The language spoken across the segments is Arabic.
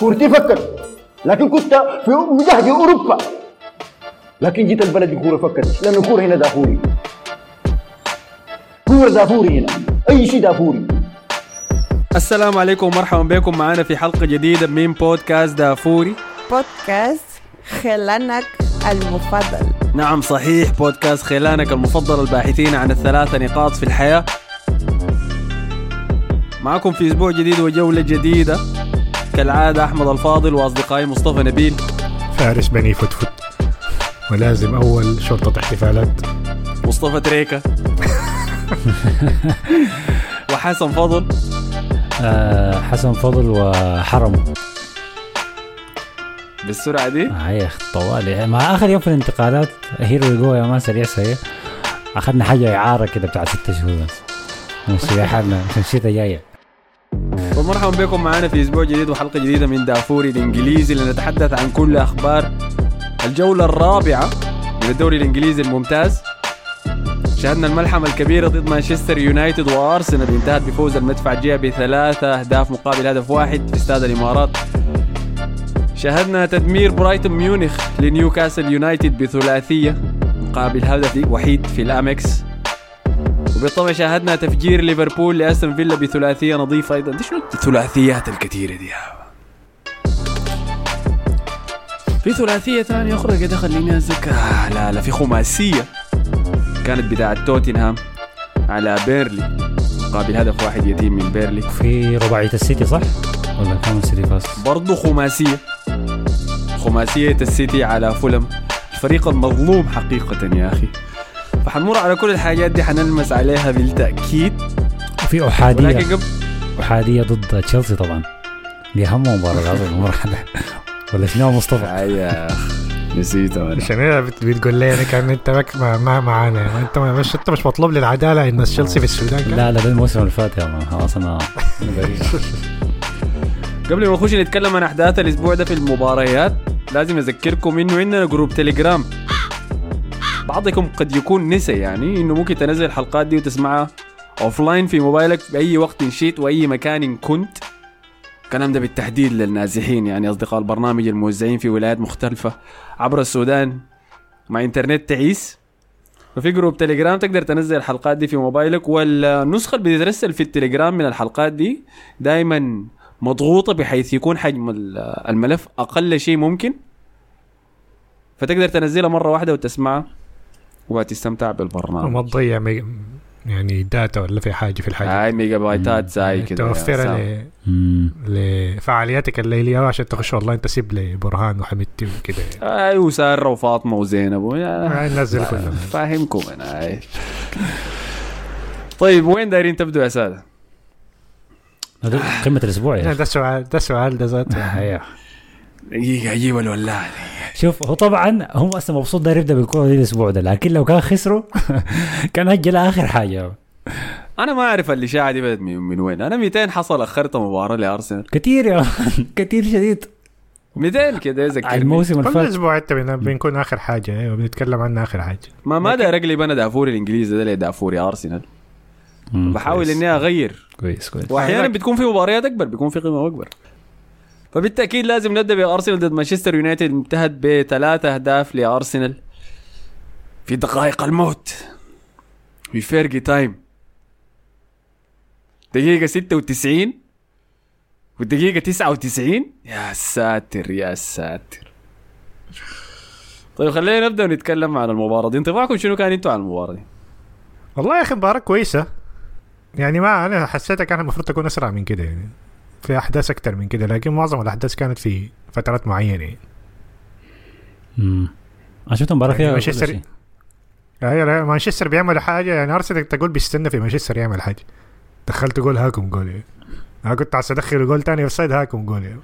كورتي فكر، لكن كنت في مجهد أوروبا، لكن جيت البلد الكورة فكرت، لأن الكورة هنا دافوري، كورة دافوري هنا، أي شيء دافوري. السلام عليكم ومرحبا بكم معنا في حلقة جديدة من بودكاست دافوري، بودكاست خلانك المفضل. نعم صحيح، بودكاست خلانك المفضل، الباحثين عن الثلاثة نقاط في الحياة. معكم في أسبوع جديد وجولة جديدة كالعادة أحمد الفاضل وأصدقائي مصطفى نبيل، فارس بني فتفت، ولازم أول شرطة احتفالات مصطفى تريكة وحسن فضل. حسن فضل وحرم بالسرعة دي يا أخي طوالي مع آخر يوم في الانتقالات. هيرو يقول يا ما سريع أخذنا حاجة إعارة كده بتاع 6 شهور نمشي حالنا في الشتاء جاية. ومرحبا بكم معنا في أسبوع جديد وحلقة جديدة من دافوري الإنجليزي، لنتحدث عن كل أخبار الجولة الرابعة من الدوري الإنجليزي الممتاز. شاهدنا الملحمة الكبيرة ضد مانشستر يونايتد وأرسنال، انتهت بفوز المدفعجية ب3 أهداف مقابل هدف واحد في استاد الإمارات. شاهدنا تدمير برايتون ميونخ لنيوكاسل يونايتد بثلاثية مقابل هدف وحيد في الأمكس. وبالطبع شاهدنا تفجير ليفربول لأستون فيلا بثلاثية نظيفة أيضا. دي شنو الثلاثيات الكثيرة دي؟ في ثلاثية ثانية أخرى كده خليني أذكر. لا في خماسية كانت بتاعة توتنهام على بيرلي مقابل هدف واحد يتيم من بيرلي. في رباعية السيتي صح؟ ولا كان السيتي فاز؟ برضو خماسية السيتي على فولم، الفريق المظلوم حقيقة يا أخي. فحنمر على كل الحاجات دي، حنلمس عليها بالتأكيد. وفي أحادية ضد تشيلسي طبعا، دي أهم مباراة المرحلة ولا شنو مصطفى؟ نسيته عشان هنا بتقول لي أنا كان أنت ما معانا، أنت مش مطلوب للعدالة إن تشيلسي في السودان كان؟ لا ده الموسم اللي فات يا مان، خلاص أنا بريء. قبل ما نخش نتكلم عن أحداث الأسبوع ده في المباريات، لازم أذكركم إنه عندنا جروب تليجرام. بعضكم قد يكون نسي يعني إنه ممكن تنزل الحلقات دي وتسمعها أوفلاين في موبايلك بأي وقت شئت وأي مكان كنت. الكلام ده بالتحديد للنازحين، يعني أصدقاء البرنامج الموزعين في ولايات مختلفة عبر السودان مع إنترنت تعيس. ففي جروب تليجرام تقدر تنزل الحلقات دي في موبايلك، والنسخة اللي بتترسل في التليجرام من الحلقات دي دايما مضغوطة بحيث يكون حجم الملف أقل شيء ممكن، فتقدر تنزلها مرة واحدة وتسمعها وتستمتع بالبرنامج وما تضيع يعني داتا ولا في حاجة في الحاجة. هاي ميجا بايتات زي كده توفرها لفعالياتك الليلية عشان تخش والله انت سيب لي برهان وحمدتي وكده. ايوه سارة وفاطمة وزينب نزل كلهم فاهمكم انا. طيب وين دايرين تبدو يا سادة؟ قمة الأسبوع يعني. ده سؤال ده ذات دقيقة أجيب الولاعة. شوف هو طبعا هم أصلا مبسوط داير يبدأ بالكورة دي الأسبوع ده، لكن لو كان خسروا كان أجل آخر حاجة. أنا ما أعرف اللي شاعة دي بدأت من وين. أنا 200 حصل أخرت مباراة لأرسنال كتير يا كتير شديد. 200 كده يذكرني الموسم كل الفات. أسبوع أنت بنكون آخر حاجة وبنتكلم عنها آخر حاجة. ما داير أقلب أنا دافوري الإنجليزي ده لدافوري أرسنال. بحاول إني أغير كويس وأحيانا بتكون في مباريات أكبر، بيكون في قيمة أكبر. فبالتأكيد لازم نبدأ بأرسنال ضد مانشستر يونايتد، انتهت ب3 أهداف لأرسنال في دقائق الموت في فيرجي تايم. دقيقة 96 والدقيقة 99. يا ساتر. طيب خلينا نبدأ ونتكلم عن المباراة دي. انطباعكم شنو كان انتوا عن المباراة دي؟ والله يا أخي مباراة كويسة يعني، ما أنا حسيتها كان المفروض تكون أسرع من كده يعني، في أحداث أكتر من كده، لكن معظم الأحداث كانت في فترات معينة يعني. عشان مباراة فيها مانشستر يعني مانشستر بيعمل حاجة يعني، أرسنال تقول بيستنى في مانشستر يعمل حاجة، دخلت جول هاكم جول يعني. أنا كنت عايز أدخل جول تاني أوفسايد هاكم جول يعني.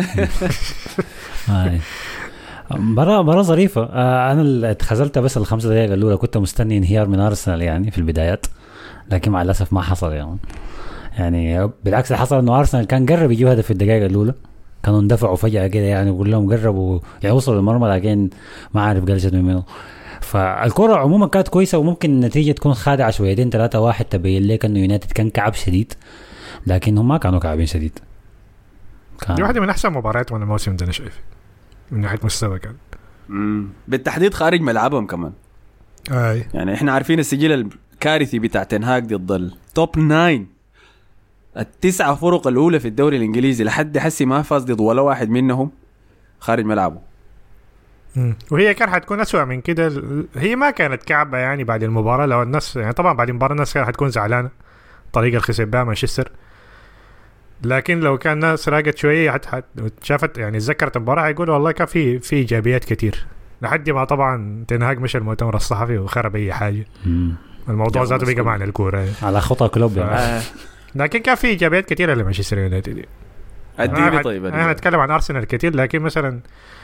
مباراة ظريفة. أنا اتخذلت بس 5 دقائق الأولى، كنت مستني انهيار من أرسنال يعني في البدايات، لكن مع الأسف ما حصل يعني بالعكس اللي حصل إنه أرسنال كان قرب يجيب هدف في الدقائق الأولى، كانوا اندفعوا فجأة كده يعني، وقول لهم قربوا يوصلوا للمرمى لكن ما عارف قلشت منه. فالكرة عموما كانت كويسة، وممكن النتيجة تكون خادعة شويتين 3-1 تبين لك انه يونايتد كان كعب شديد، لكن هم ما كانوا كعبين شديد، دي واحدة من أحسن مباريات من الموسم ده أنا شايف من ناحية مستوى كان. بالتحديد خارج ملعبهم كمان. يعني احنا عارفين السجل الكارثي بتاع تنهاج ضد التوب 9 التسعة فرق الأولى في الدوري الإنجليزي لحد حسي ما فاز ضد ولا واحد منهم خارج ملعبه. وهي كان حتكون أسوأ من كده. هي ما كانت كعبة يعني بعد المباراة. لو الناس يعني طبعا بعد المباراة الناس كانت حتكون زعلانة طريقة الخسر بها مانشستر، لكن لو كان الناس راقت شوية شافت يعني ذكرت المباراة يقول والله كان في إيجابيات كتير لحد ما طبعا تنهاج مش المؤتمر الصحفي وخرب أي حاجة. الموضوع ذاته بقى معنى الكورة على خطأ كلوب يعني. لكن كان في إيجابيات كتيرة لمانشستر يونايتد. طيب أنا أتكلم عن أرسنال كتير، لكن مثلا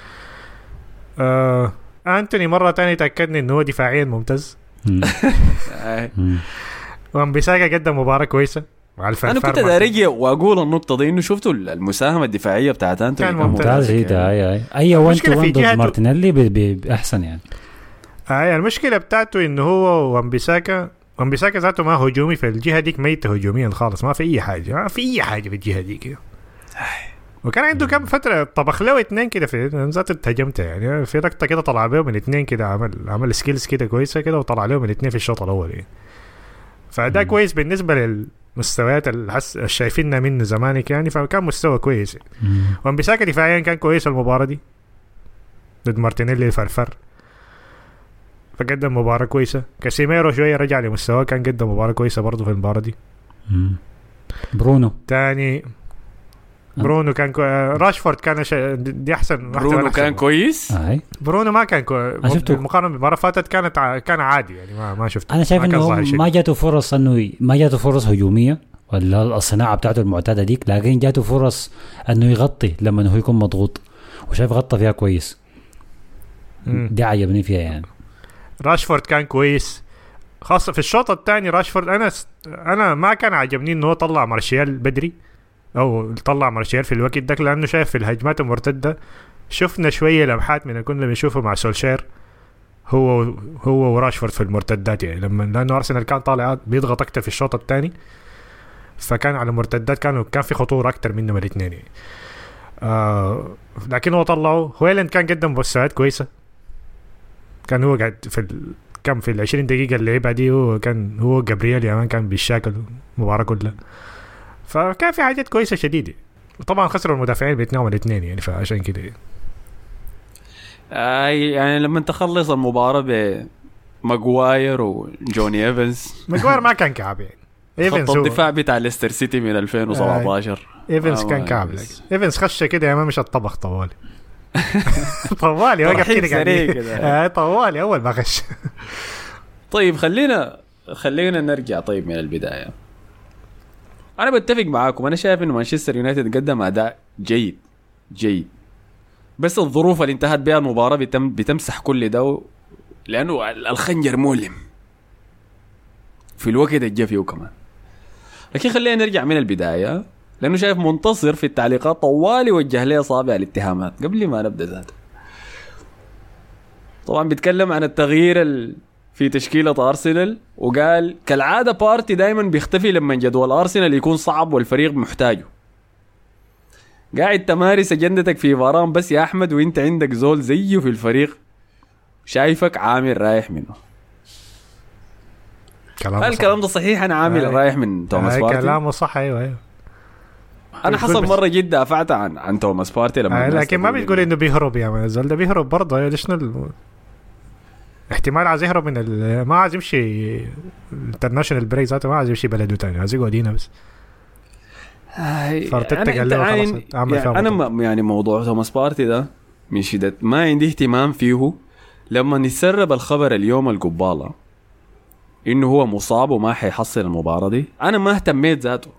أنتوني مرة تانية تأكدني إنه هو دفاعيا ممتاز. وأمبيساكا قدم مباراة كويسة. أنا كنت دارجي وأقول النقطة دي إنه شفتوا المساهمة الدفاعية بتاعت أنتوني كان ممتاز جدا. أي وان تو وان ضد مارتينيلي بأحسن يعني. المشكلة بتاعته إنه هو وأمبيساكا ذاته ما هجومي في الجهة ديك، ميتة هجوميا خالص، ما في أي حاجة في الجهة ديك. وكان عنده كم فترة طبخ له 2 كده في ذات التهجمته يعني في ركضة كده طلع بيهم من 2 كده، عمل سكيلز كده كويسة كده وطلع لهم من 2 في الشوط الأول يعني. فده كويس بالنسبة للمستويات الشايفيننا منه زمانك يعني، فكان مستوى كويس. وانبساكا دفاعيا كان كويس المباراة دي ضد مارتينيلي فرفر، فقدم مباراة كويسة. كاسيميرو شوية رجع لمستواه، كان قدم مباراة كويسة برضو في المباراة دي. برونو تاني برونو كان راشفورد كان دي احسن. برونو كان كويس. برونو ما كان المقارنه بالمره فاتت كان عادي يعني ما شفت. انا شايف انه ما جاته فرص هجوميه ولا الصناعه بتاعته المعتاده ديك، لكن جاته فرص انه يغطي لما هو يكون مضغوط، وشايف غطى فيها كويس. دي عجبني فيها يعني. راشفورد كان كويس خاصه في الشوط الثاني. راشفورد انا ما كان عجبني انه طلع مارشيال بدري او طلع مارشيال في الوقت ده، لانه شايف في الهجمات المرتده شفنا شويه لمحات من كنا بنشوفه مع سولشير هو وراشفورد في المرتدات يعني، لانه ارسنال كان طالع بيضغط اكتر في الشوط الثاني، فكان على المرتدات كان في خطوره اكتر منهم الاثنين يعني. لكن هو طلعه. هويلاند كان قدم مستويات كويسه، كان هو قاعد في ال 20 دقيقه اللي لعبها دي هو جابرييل يعني كان بيشاكل المباراه كلها، فكان في حاجات كويسه شديده. وطبعا خسروا المدافعين بيتناهم الاثنين يعني، فعشان كده يعني لما تخلص المباراه بماغواير وجوني ايفنز. ماغواير ما كان كعب يعني. خط الدفاع بتاع ليستر سيتي من 2017 ايفنز كان كعب. ايفنز خش كده يا ما مش الطبخ طوالي طوالي وقف كده طوالي اول ما خش. طيب خلينا نرجع طيب من البدايه. أنا بتفق معاكم، أنا شايف إنه مانشستر يونايتد قدم أداء جيد، بس الظروف اللي انتهت بها المباراة بتمسح كل ده، لأنه الخنجر مؤلم في الوقت الجا فيه كمان. لكن خلينا نرجع من البداية، لأنه شايف منتصر في التعليقات طوالي وجه لي صابع الاتهامات قبل ما نبدأ ذاته. طبعا بيتكلم عن التغيير في تشكيلة أرسنال، وقال كالعادة بارتي دايما بيختفي لما جدول أرسنال يكون صعب والفريق محتاجه. قاعد تمارس أجندتك في فاران بس يا أحمد، وإنت عندك زول زيه في الفريق شايفك عامل رايح منه. الكلام ده صحيح؟ أنا عامل رايح من توماس بارتي. كلامه صح. أيوة. أنا حصل مرة جدا أفعت عن توماس بارتي لما لكن ما بتقول إنه بيهرب يا من الزول ده بيهرب برضه. ليش احتمال عايز يهرب من ما عايز يمشي انترناشونال بريك ذاته، ما عايز يمشي بلده تاني، عايز يقعد هنا بس. أنا يعني موضوع توماس بارتي ده من شدة ما عندي اهتمام فيه. لما نسرب الخبر اليوم القبالة إنه هو مصاب وما حيحصل المباراة دي، أنا ما اهتميت ذاته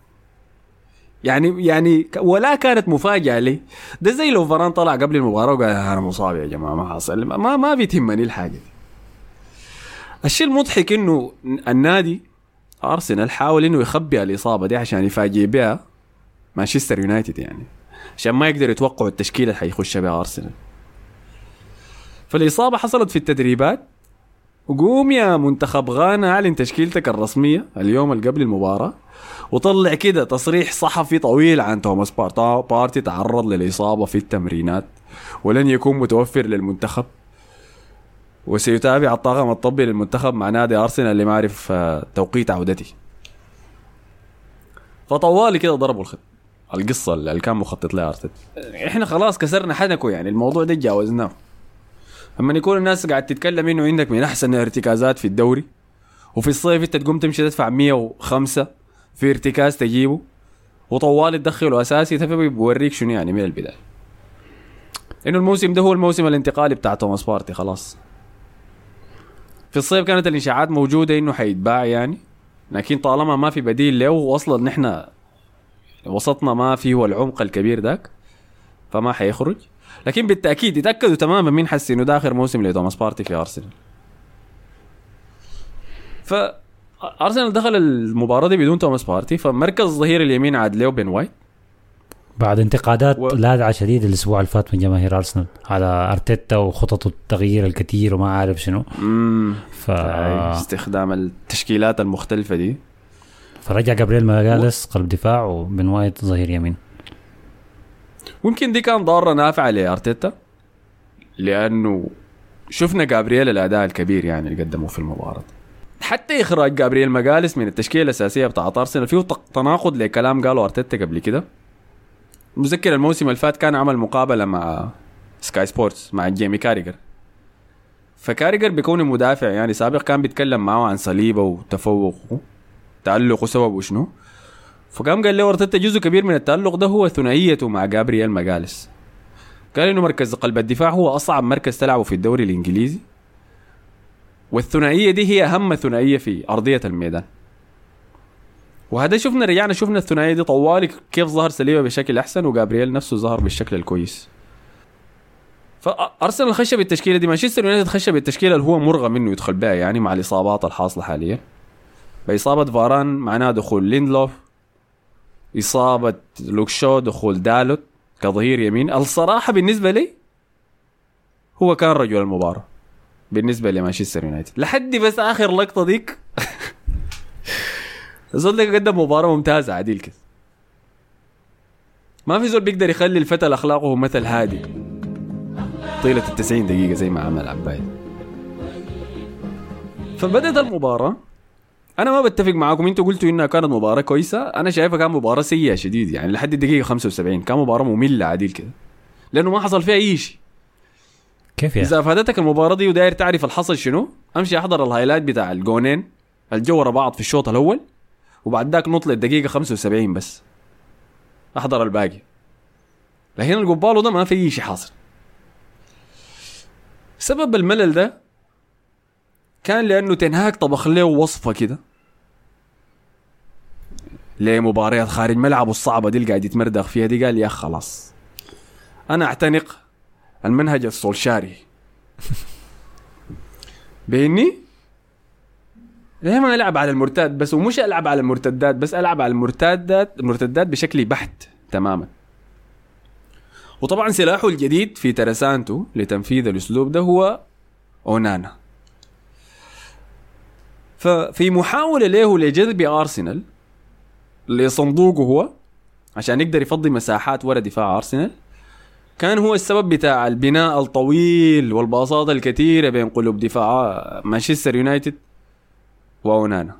يعني ولا كانت مفاجأة لي. ده زي لو فران طلع قبل المباراة وقال أنا مصاب يا جماعة ما حصل، ما بيتهمني الحاجة دي. الشيء المضحك إنه النادي أرسنال حاول إنه يخبي الإصابة دي عشان يفاجئ بها مانشستر يونايتد يعني، عشان ما يقدر يتوقعوا التشكيلة اللي حيخش بها أرسنال. فالإصابة حصلت في التدريبات، وقوم يا منتخب غانا أعلن تشكيلتك الرسمية اليوم قبل المباراة، وطلع كده تصريح صحفي طويل عن توماس بارتي تعرض للإصابة في التمرينات ولن يكون متوفر للمنتخب وسيتابع الطاقم الطبي للمنتخب مع نادي أرسنال اللي ما عرف توقيت عودته. فطوالي كده ضربوا القصة اللي كان مخطط لها أرتيتا. إحنا خلاص كسرنا حنكه يعني الموضوع ده جاوزناه. أما يكون الناس قاعد تتكلم إنه عندك من أحسن ارتكازات في الدوري وفي الصيف أنت تقوم تمشي تدفع 105 في ارتكاز تجيبه وطوال تدخله أساسي تفهم بوريك شنو يعني من البداية إنه الموسم ده هو الموسم الانتقالي بتاع توماس بارتي خلاص. في الصيف كانت الإنشاعات موجودة إنه حيتباع يعني لكن طالما ما في بديل له وأصلا نحن وسطنا ما فيه العمق الكبير ذاك فما حيخرج. لكن بالتأكيد يتأكدوا تماما من حس إنه ده آخر موسم لتوماس بارتي في أرسنال. فأرسنال دخل المباراة دي بدون توماس بارتي فمركز الظهير اليمين عاد له بين وايت بعد انتقادات لاذعة شديد الأسبوع الفات من جماهير أرسنال على أرتيتا وخطط التغيير الكثير وما عارف شنو استخدام التشكيلات المختلفة دي. فرجع جابرييل ماغاليس قلب دفاع وبن وايت ظهير يمين. ممكن دي كان ضارة نافعة لأرتيتا لأنه شفنا جابرييل الأداء الكبير يعني اللي قدمه في المباراة. حتى إخراج جابرييل ماغاليس من التشكيلة الأساسية بتاعت أرسنال فيه تناقض لكلام قاله أرتيتا قبل كده. مذكر الموسم الفات كان عمل مقابلة مع سكاي سبورتس مع جيمي كاريجر. فكاريجر بيكون مدافع يعني سابق كان بيتكلم معه عن صليبه وتفوقه تألقه سبب وشنو. فقام قال له أرتيتا جزء كبير من التألق ده هو ثنائيته مع جابرييل ماغاليس. قال إنه مركز قلب الدفاع هو أصعب مركز تلعبه في الدوري الإنجليزي والثنائية دي هي أهم ثنائية في أرضية الميدان. وهذا رجعنا شفنا الثنائية دي طوالي كيف ظهر سليبة بشكل أحسن وجابرييل نفسه ظهر بالشكل الكويس. فأرسنال خش بالتشكيلة دي. مانشستر يونايتد خش بالتشكيلة اللي هو مرغم منه يدخل بها يعني مع الإصابات الحاصلة حاليا. بإصابة فاران معناه دخول ليندلوف إصابة لوكشو دخول دالوت كظهير يمين. الصراحة بالنسبة لي هو كان رجل المباراة بالنسبة لمانشستر يونايتد لحد بس آخر لقطة ديك زول ده قدم مباراة ممتازة عديل كده. ما في زول بيقدر يخلي الفتى الأخلاقه مثل هادي طيلة 90 دقيقة زي ما عمل عبايد. فبدأت المباراة أنا ما بتفق معاكم. أنتوا قلتوا إنها كانت مباراة كويسة. أنا شايفها كان مباراة سيئة شديد يعني لحد الدقيقة 75 كان مباراة مملة عديل كده لأنه ما حصل فيها أي شيء. كيف يعني؟ إذا فادتك المباراة دي وداير تعرف الحصل شنو أمشي أحضر الهايلايت بتاع الجونين الجو بعض في الشوط الأول وبعد ذاك نطلع الدقيقة 75 بس أحضر الباقي. لكن القبالو ده ما في أي شيء حاصل. سبب الملل ده كان لأنه تنهاك طبخ له وصفة كده لمباريات خارج ملعبه الصعبة دي اللي قاعد يتمردغ فيها دي. قال يا خلاص أنا أعتنق المنهج السولشاري بإني ليه ما ألعب على المرتد بس ومش ألعب على المرتدات بس ألعب على المرتدات بشكل بحت تماما. وطبعا سلاحه الجديد في ترسانته لتنفيذ الأسلوب ده هو أونانا. ففي محاولة له لجذب أرسنال لصندوقه هو عشان يقدر يفضي مساحات ورا دفاع أرسنال كان هو السبب بتاع البناء الطويل والباصات الكثيرة بين قلوب دفاع مانشستر يونايتد وأونانا.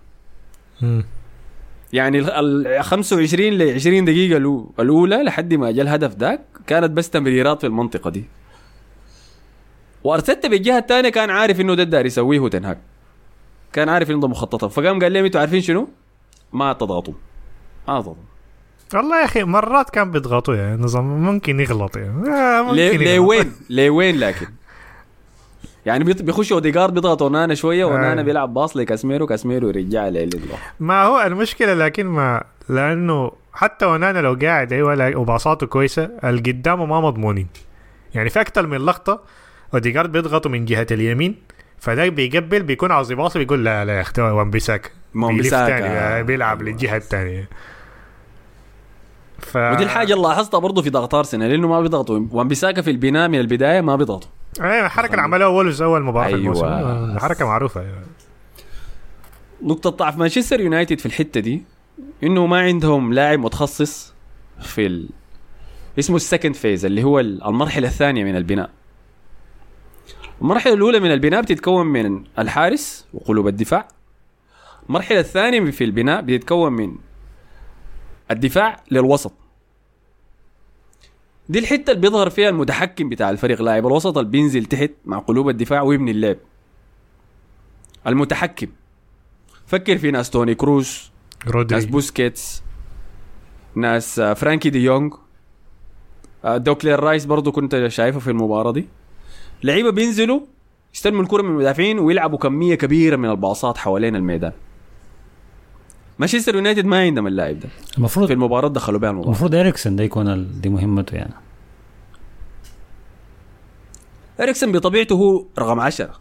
يعني 25 ل 20 دقيقة الأولى لحد ما جاء الهدف ذاك كانت بس تمريرات في المنطقة دي. وأرتيتا بالجهة الثانية كان عارف إنه ده داري يسويه وتنهاك كان عارف إنه مخططه. فقام قال لهم أنتوا عارفين شنو ما تضغطوا والله يا أخي مرات كان بيضغطوا يعني نظام ممكن يغلط يعني ممكن ليه لكن يعني بيخش اوديغارد بيضغط ونانا شويه ونانا بيلعب باص لكاسميرو يرجع لليندلوف. ما هو المشكله لكن ما لانه حتى ونانا لو قاعد ايوه وباصاته كويسه القدامه ما مضمونين يعني في اكتر من لقطه اوديغارد بيضغطوا من جهه اليمين فده بيقبل بيكون عاوز يباصي بيقول لا يا اختي وان-بيساكا بيلعب للجهه الثانيه. ودي الحاجه اللي لاحظتها برضه في ضغط أرسنال لانه ما بيضغطوا وان-بيساكا في البناء من البدايه ما بيضغطوا. الحركه اللي عملها اول مباراه في الموسم حركه معروفه. نقطه ضعف مانشستر يونايتد في الحته دي انه ما عندهم لاعب متخصص في اسمه السكند فيز اللي هو المرحله الثانيه من البناء. المرحله الاولى من البناء بتتكون من الحارس وقلوب الدفاع. المرحله الثانيه في البناء بتتكون من الدفاع للوسط. دي الحته اللي بيظهر فيها المتحكم بتاع الفريق، لاعب الوسط اللي بينزل تحت مع قلوب الدفاع ويبني اللعب. المتحكم فكر في ناس توني كروز، رودري، ناس بوسكيتس، ناس فرانكي دي يونغ، دوكلير رايس برضو كنت شايفه في المباراة دي. لعيبة بينزلوا يستلموا الكرة من المدافعين ويلعبوا كمية كبيرة من الباصات حوالين الميدان. مانشستر يونايتد ما عندهم اللاعب ده. المفروض في المباراة دخلوا بها المباراة. المفروض إريكسن ده يكون دي مهمته يعني. إريكسن بطبيعته هو رقم 10،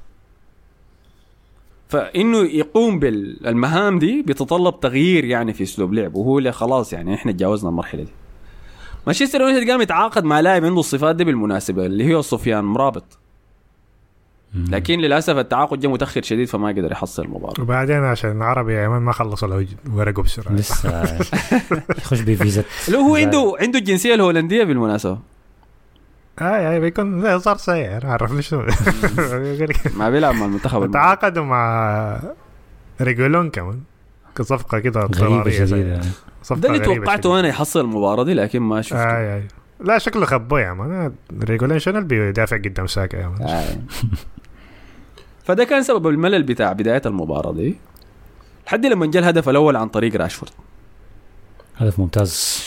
فإنه يقوم بالمهام دي بيتطلب تغيير يعني في أسلوب لعب، وهو اللي خلاص يعني إحنا تجاوزنا المرحلة دي. مانشستر يونايتد قام يتعاقد مع لاعب عنده الصفات دي بالمناسبة اللي هو سفيان مرابط، لكن للأسف التعاقد جاء متأخر شديد فما قدر يحصل المباراة. وبعدين عشان عربي يا مان ما خلصوا ورقه بسرعة لسه يخش بفيزا. لو هو عنده الجنسية الهولندية بالمناسبة. بيكون صار سيء عرف ليش ما بيلعب مع المنتخب. تعاقدوا مع ريجولون كمان كصفقة كده غريبة جديدة. ده اللي توقعته أنا يحصل المباراة دي لكن ما شفته. لا شكله خبوه يا مان. ريجولون شنو بيدافع قدام ساكا يا مان. فده كان سبب الملل بتاع بداية المباراة دي لحد لما جاء الهدف الأول عن طريق راشفورد. هدف ممتاز.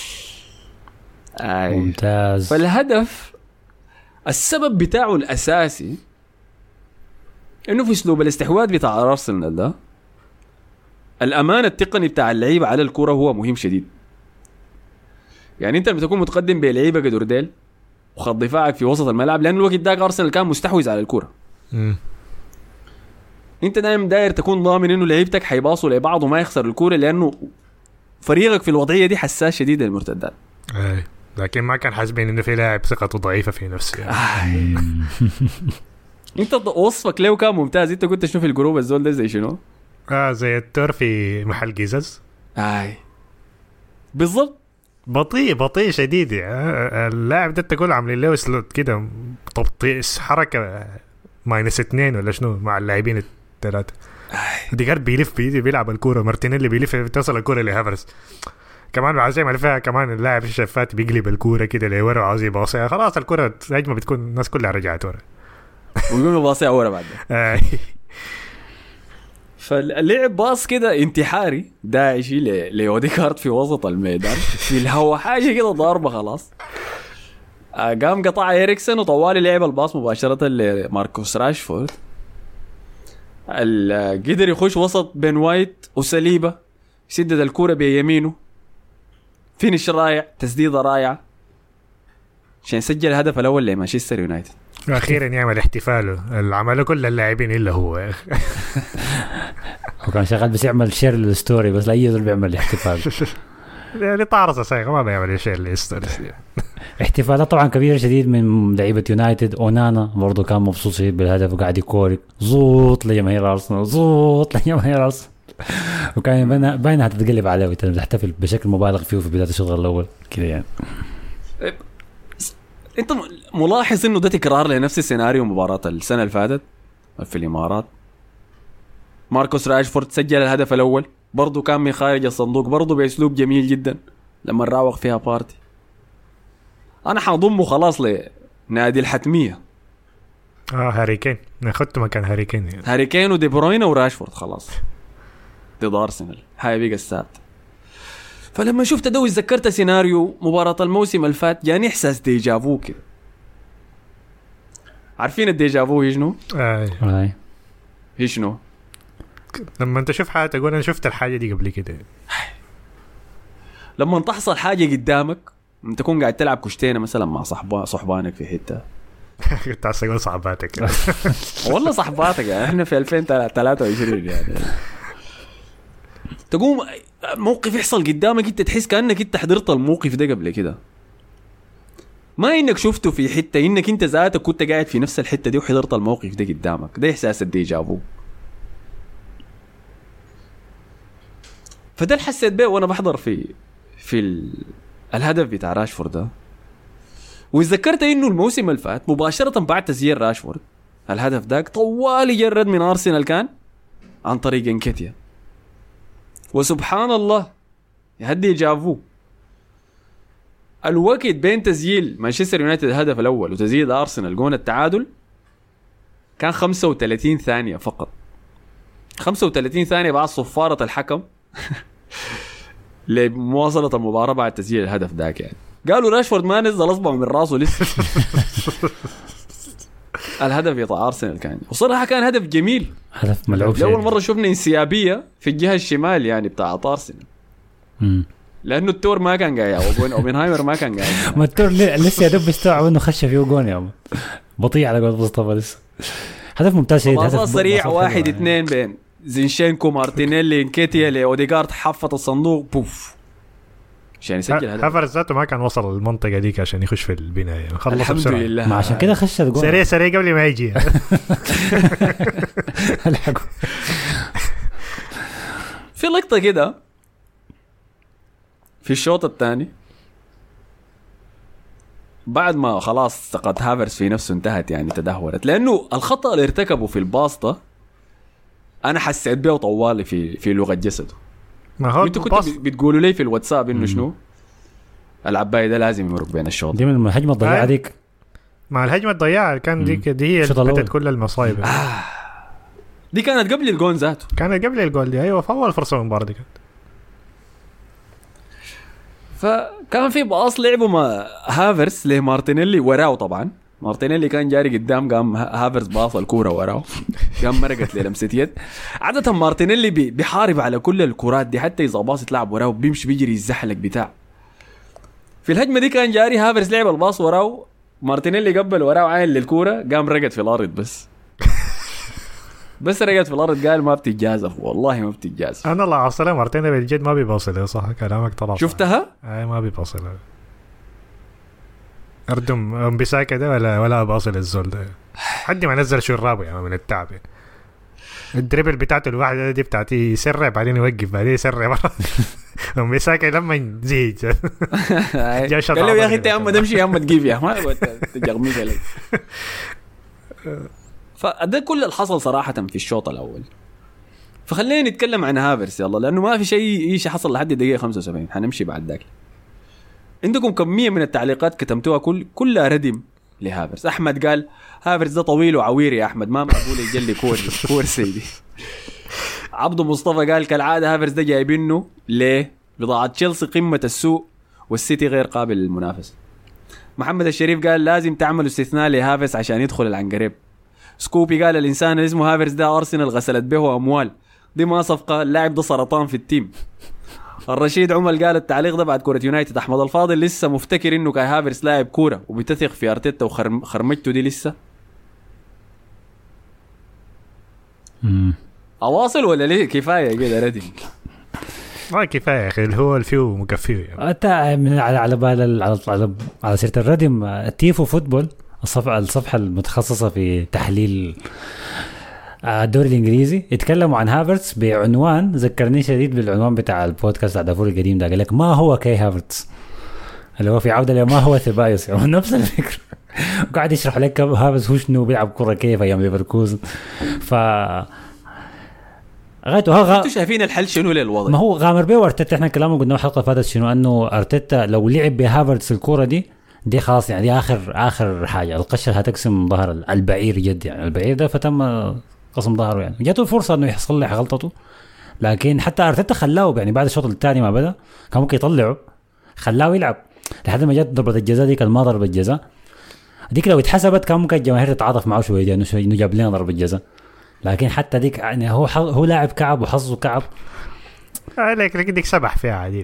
ممتاز. فالهدف السبب بتاعه الأساسي إنه في أسلوب الاستحواذ بتاع أرسنال ده الأمان التقني بتاع اللعيبة على الكرة هو مهم شديد. يعني أنت لما تكون متقدم بلعيبة قدرديل وخط دفاعك في وسط الملعب، لأن الوقت ده أرسنال كان مستحوذ على الكرة. أنت دائما داير تكون ضامن إنه لعيبتك حيباصوا لبعض وما يخسر الكرة، لأنه فريقك في الوضعية دي حساس شديد للمرتدات. لكن ما كان حاسبين إنه في لاعب ثقته ضعيفة في نفسه أنت وصفك له كان ممتاز. أنت كنت شنو في الجروب الزول ده زي شنو؟ زي التور في محل جيزز. بالضبط. بطيء شديد. اللاعب ده تقول عاملين له سلوت كده تبطيء حركة -2 ولا شنو مع اللاعبين الثلاثة. ديجار بيلف بيلعب الكورة، مارتينيلي بيلف تصل الكورة لهافرز كمان عايزين ما فيها كمان. اللاعب الشفات بيقلب الكورة كده لورا وعاوز يباصيها، خلاص الكورة هجمة بتكون الناس كلها رجعت ورا ويقولوا باصيها ورا بعد. فاللعب باص كده انتحاري داعشي لأوديغارد في وسط الميدان في الهوا، حاجة كده ضاربة خلاص. قام قطع إريكسن وطوالي لعب الباص مباشرة لماركوس راشفورد. قدر يخش وسط بين وايت وسليبة، يسدد الكورة بيمينه، فينش رائع، تسديدة رائعة عشان يسجل الهدف الأول لمانشستر يونايتد. أخيرا يعمل احتفاله اللي عمله كل اللاعبين إلا هو يا أخي. هو كان شغال بس يعمل شير للستوري بس لا يزول بيعمل احتفال. يعني طارصة سايقة ما بيعمل شير للستوري. احتفالات طبعا كبيرة شديد من لعيبة يونايتد. أونانا برضو كان مبسوط شديد بالهدف وقاعد يكورك زوط لجماهير أرسنال، زوط لجماهير أرسنال. وكان باينها تتقلب عليه وتحتفل بشكل مبالغ فيه في بداية الشوط الأول كده يعني. انت ملاحظ انه ده تكرار لنفس السيناريو مباراة السنة اللي فاتت في الامارات. ماركوس راشفورد سجل الهدف الاول برضو كان من خارج الصندوق، برضو باسلوب جميل جدا لما نراوغ فيها بارتي. انا حاضمه خلاص لنادي الحتمية. هاري كين ناخدته مكان هاري كين يعني. هاري كين ودي بروين وراشفورد خلاص ضد ارسنال، هاي بقى الثابت. فلما شفت ده وتذكرت سيناريو مباراة الموسم الفات جاني إحساس ديجافو كده. عارفين الديجافو هي شنو؟ هي شنو؟ لما انت شوف حاجة تقول انا شفت الحاجة دي قبل كده. لما تحصل حاجة قدامك انت تكون قاعد تلعب كشتينة مثلا مع صحبانك في حتة. كنت عايز اقول صحباتك. والله صحباتك يعني احنا في 2023 يعني. تقوم موقف يحصل قدامك انت تحس كأنك انت حضرت الموقف ده قبل كده، ما انك شفته في حتة، انك انت ذاتك كنت قاعد في نفس الحتة دي وحضرت الموقف ده قدامك. ده احساس الديجافو. فده اللي حسيت به وانا بحضر في الهدف بتاع راشفورد ده. وتذكرت انه الموسم اللي فات مباشره بعد تسجيل راشفورد الهدف داك طوال يجرد من ارسنال كان عن طريق انكيتيا. وسبحان الله يهدي جابوه الوقت بين تسجيل مانشستر يونايتد الهدف الاول وتسجيل ارسنال جون التعادل كان 35 ثانيه فقط. 35 ثانيه بعد صفاره الحكم لمواصله المباراه بعد تسجيل الهدف ذاك. يعني قالوا راشفورد ما نزل اصبعه من راسه لسه. الهدف يطلع ارسنال كان وصراحه كان هدف جميل، هدف ملعوب. اول مره شفنا انسيابيه في الجهه الشمال يعني بتاع ارسنال، لانه التور ما كان قاعد اوبنهايمر ما كان قاعد. ما التور لسه يدب يستوعب انه خش فيه جون يا عم، بطيء على قول مصطفى لسه. هدف ممتاز شديد، هدف سريع 1-2 بين زينشينكو مارتينيلي انكيتيا لاوديغارد، حفظ الصندوق بوف عشان يسجل هدف. هافرز ذاته ما كان وصل المنطقه ديك عشان يخش في البناء يعني، خلص الحمد بسرعه لله. ما عشان كده خش الجون سريع سريع قبل ما يجي. في لقطه كده في الشوط الثاني بعد ما خلاص ثقة هافرز في نفسه انتهت يعني تدهورت، لأنه الخطأ اللي ارتكبه في الباسطة أنا حسيت به طوالي في لغة جسده. ما هو انتوا كنتوا بتقولوا لي في الواتساب إنه شنو العباية ده لازم يمرق بين الشوط. دي من الهجمة الضياعة ديك، مع الهجمة الضياعة كان دي هي اللي كل المصايب. دي كانت قبل الجون ذاته، كانت قبل الجول دي. أيوة، فأول فرصة من المباراة دي كانت. فكان في باص لعبوا مع هافرز لمارتينيلي وراه، طبعا مارتينيلي كان جاري قدام، قام هافرز باص الكوره وراه قام مرقت للمسة يد. عاده مارتينيلي بيحارب على كل الكرات دي، حتى اذا باص يتلعب وراه بيمشي بيجري يزحلق بتاع. في الهجمه دي كان جاري هافرز لعب الباص وراه، مارتينيلي قبل وراه عين للكوره، قام رقت في الارض بس رقت في الارض، قال ما بتتجازف، والله ما بتتجازف. انا الله عصله مارتينيلي بالجد ما بيباصل، صح كلامك طلع. شفتها؟ اي ما بيباصل. اردم بيساكا ده ولا باصل الزول ده، حد ما نزل شرابه يعني من التعب. الدريبل بتاعته الواحده دي بتاعتي يسرع بعدين يوقف بعدين يسرع مره. بيساكا لما زيد قال له يا اخي انت يا اما تمشي يا اما تجيب يا ما تجغميك عليك. فده كل اللي حصل صراحة في الشوط الأول. فخلينا نتكلم عن هافرز يلا، لأنه ما في شيء حصل لحد دقيقة 75، حنمشي بعد ذاك. عندكم كمية من التعليقات كتمتوها كلها ردم لهافرز. أحمد قال هافرز ده طويل وعوير يا أحمد، ما معقول يجلي كورسي دي. عبد مصطفى قال كالعادة هافرز ده جايبينه ليه؟ بضاعة تشيلسي قمة السوق والسيتي غير قابل للمنافسة. محمد الشريف قال لازم تعملوا استثناء لهافرز عشان يدخل العنقريب. سكوبي قال الإنسان اللي اسمه هافرز ده أرسنال غسلت به أموال، دي ما صفقة، اللاعب ده سرطان في التيم. الرشيد عمر قال التعليق ده بعد كرة يونايتد. أحمد الفاضل لسه مفتكر إنه كاي هافرز لاعب كورة وبتثق في أرتيتا وخرمجته دي لسه. أواصل ولا ليه؟ كفاية كده ردي. ما كفاية يا أخي، هو الفيو مكفيه يعني. أنت من على بال على سيرة الردم، تيفو فوتبول الصفحة المتخصصة في تحليل الدوري الإنجليزي يتكلموا عن هافرتس بعنوان ذكرني شديد بالعنوان بتاع البودكاست على دافور القديم ده. قال لك ما هو كاي هافرتس، اللي هو في عودة لما هو ثبايوس يعني نفس الفكرة. قاعد يشرح لك هافرتس هو شنو بيلعب كرة كيف أيام ليفركوزن. انتوا شايفين الحل شنو للوضع؟ ما هو غامر بيه وارتيتا، احنا كلامنا قلنا الحلقة فاتت شنو انه ارتيتا لو لعب بهافرتس الكرة دي خلاص يعني دي اخر حاجه، القشره هتقسم ظهر البعير جد يعني. البعير ده فتم قسم ظهره يعني، جاته الفرصه انه يصلح غلطته، لكن حتى ارتيتا خلاه يعني بعد الشوط الثاني ما بدا كان ممكن يطلعه، خلاه يلعب لحد ما جت ضربه الجزاء دي. ما ضربه الجزاء ديك لو اتحسبت كان ممكن الجماهير تتعاطف معه شويه انه جاب لنا ضربه جزاء، لكن حتى ديك يعني هو لاعب كعب وحظه كعب. لكن ديك سبح فيها عديل.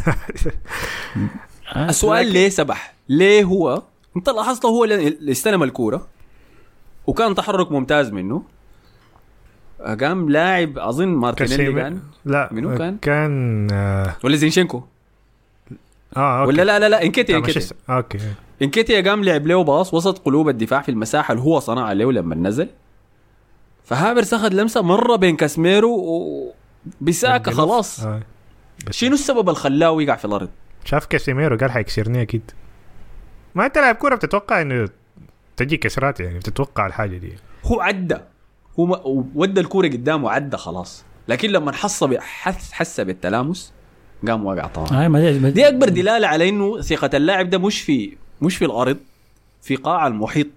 السؤال ليه سبح؟ ليه هو انت لاحظت هو اللي استلم الكوره وكان تحرك ممتاز منه، قام لاعب اظن مارتينيلي كان لا منو كان ولا زينشينكو أوكي. ولا لا انكيتيا اوكي انكيتيا قام لعب له باص وسط قلوب الدفاع في المساحه اللي هو صنعها له لما نزل، فهافرز اخذ لمسه مره بين كاسميرو وبيساكا خلاص شنو السبب اللي خلاه يقع في الارض؟ شاف كاسيميرو قال حيكسرني اكيد. ما انت لاعب كوره بتتوقع انه تجي كسرات يعني، بتتوقع الحاجه دي. هو عدى، هو ودى الكوره قدامه وعدى خلاص، لكن لما حس بالتلامس قام وقع طبعا. دي اكبر دلاله على انه ثقه اللاعب ده مش في الارض، في قاع المحيط.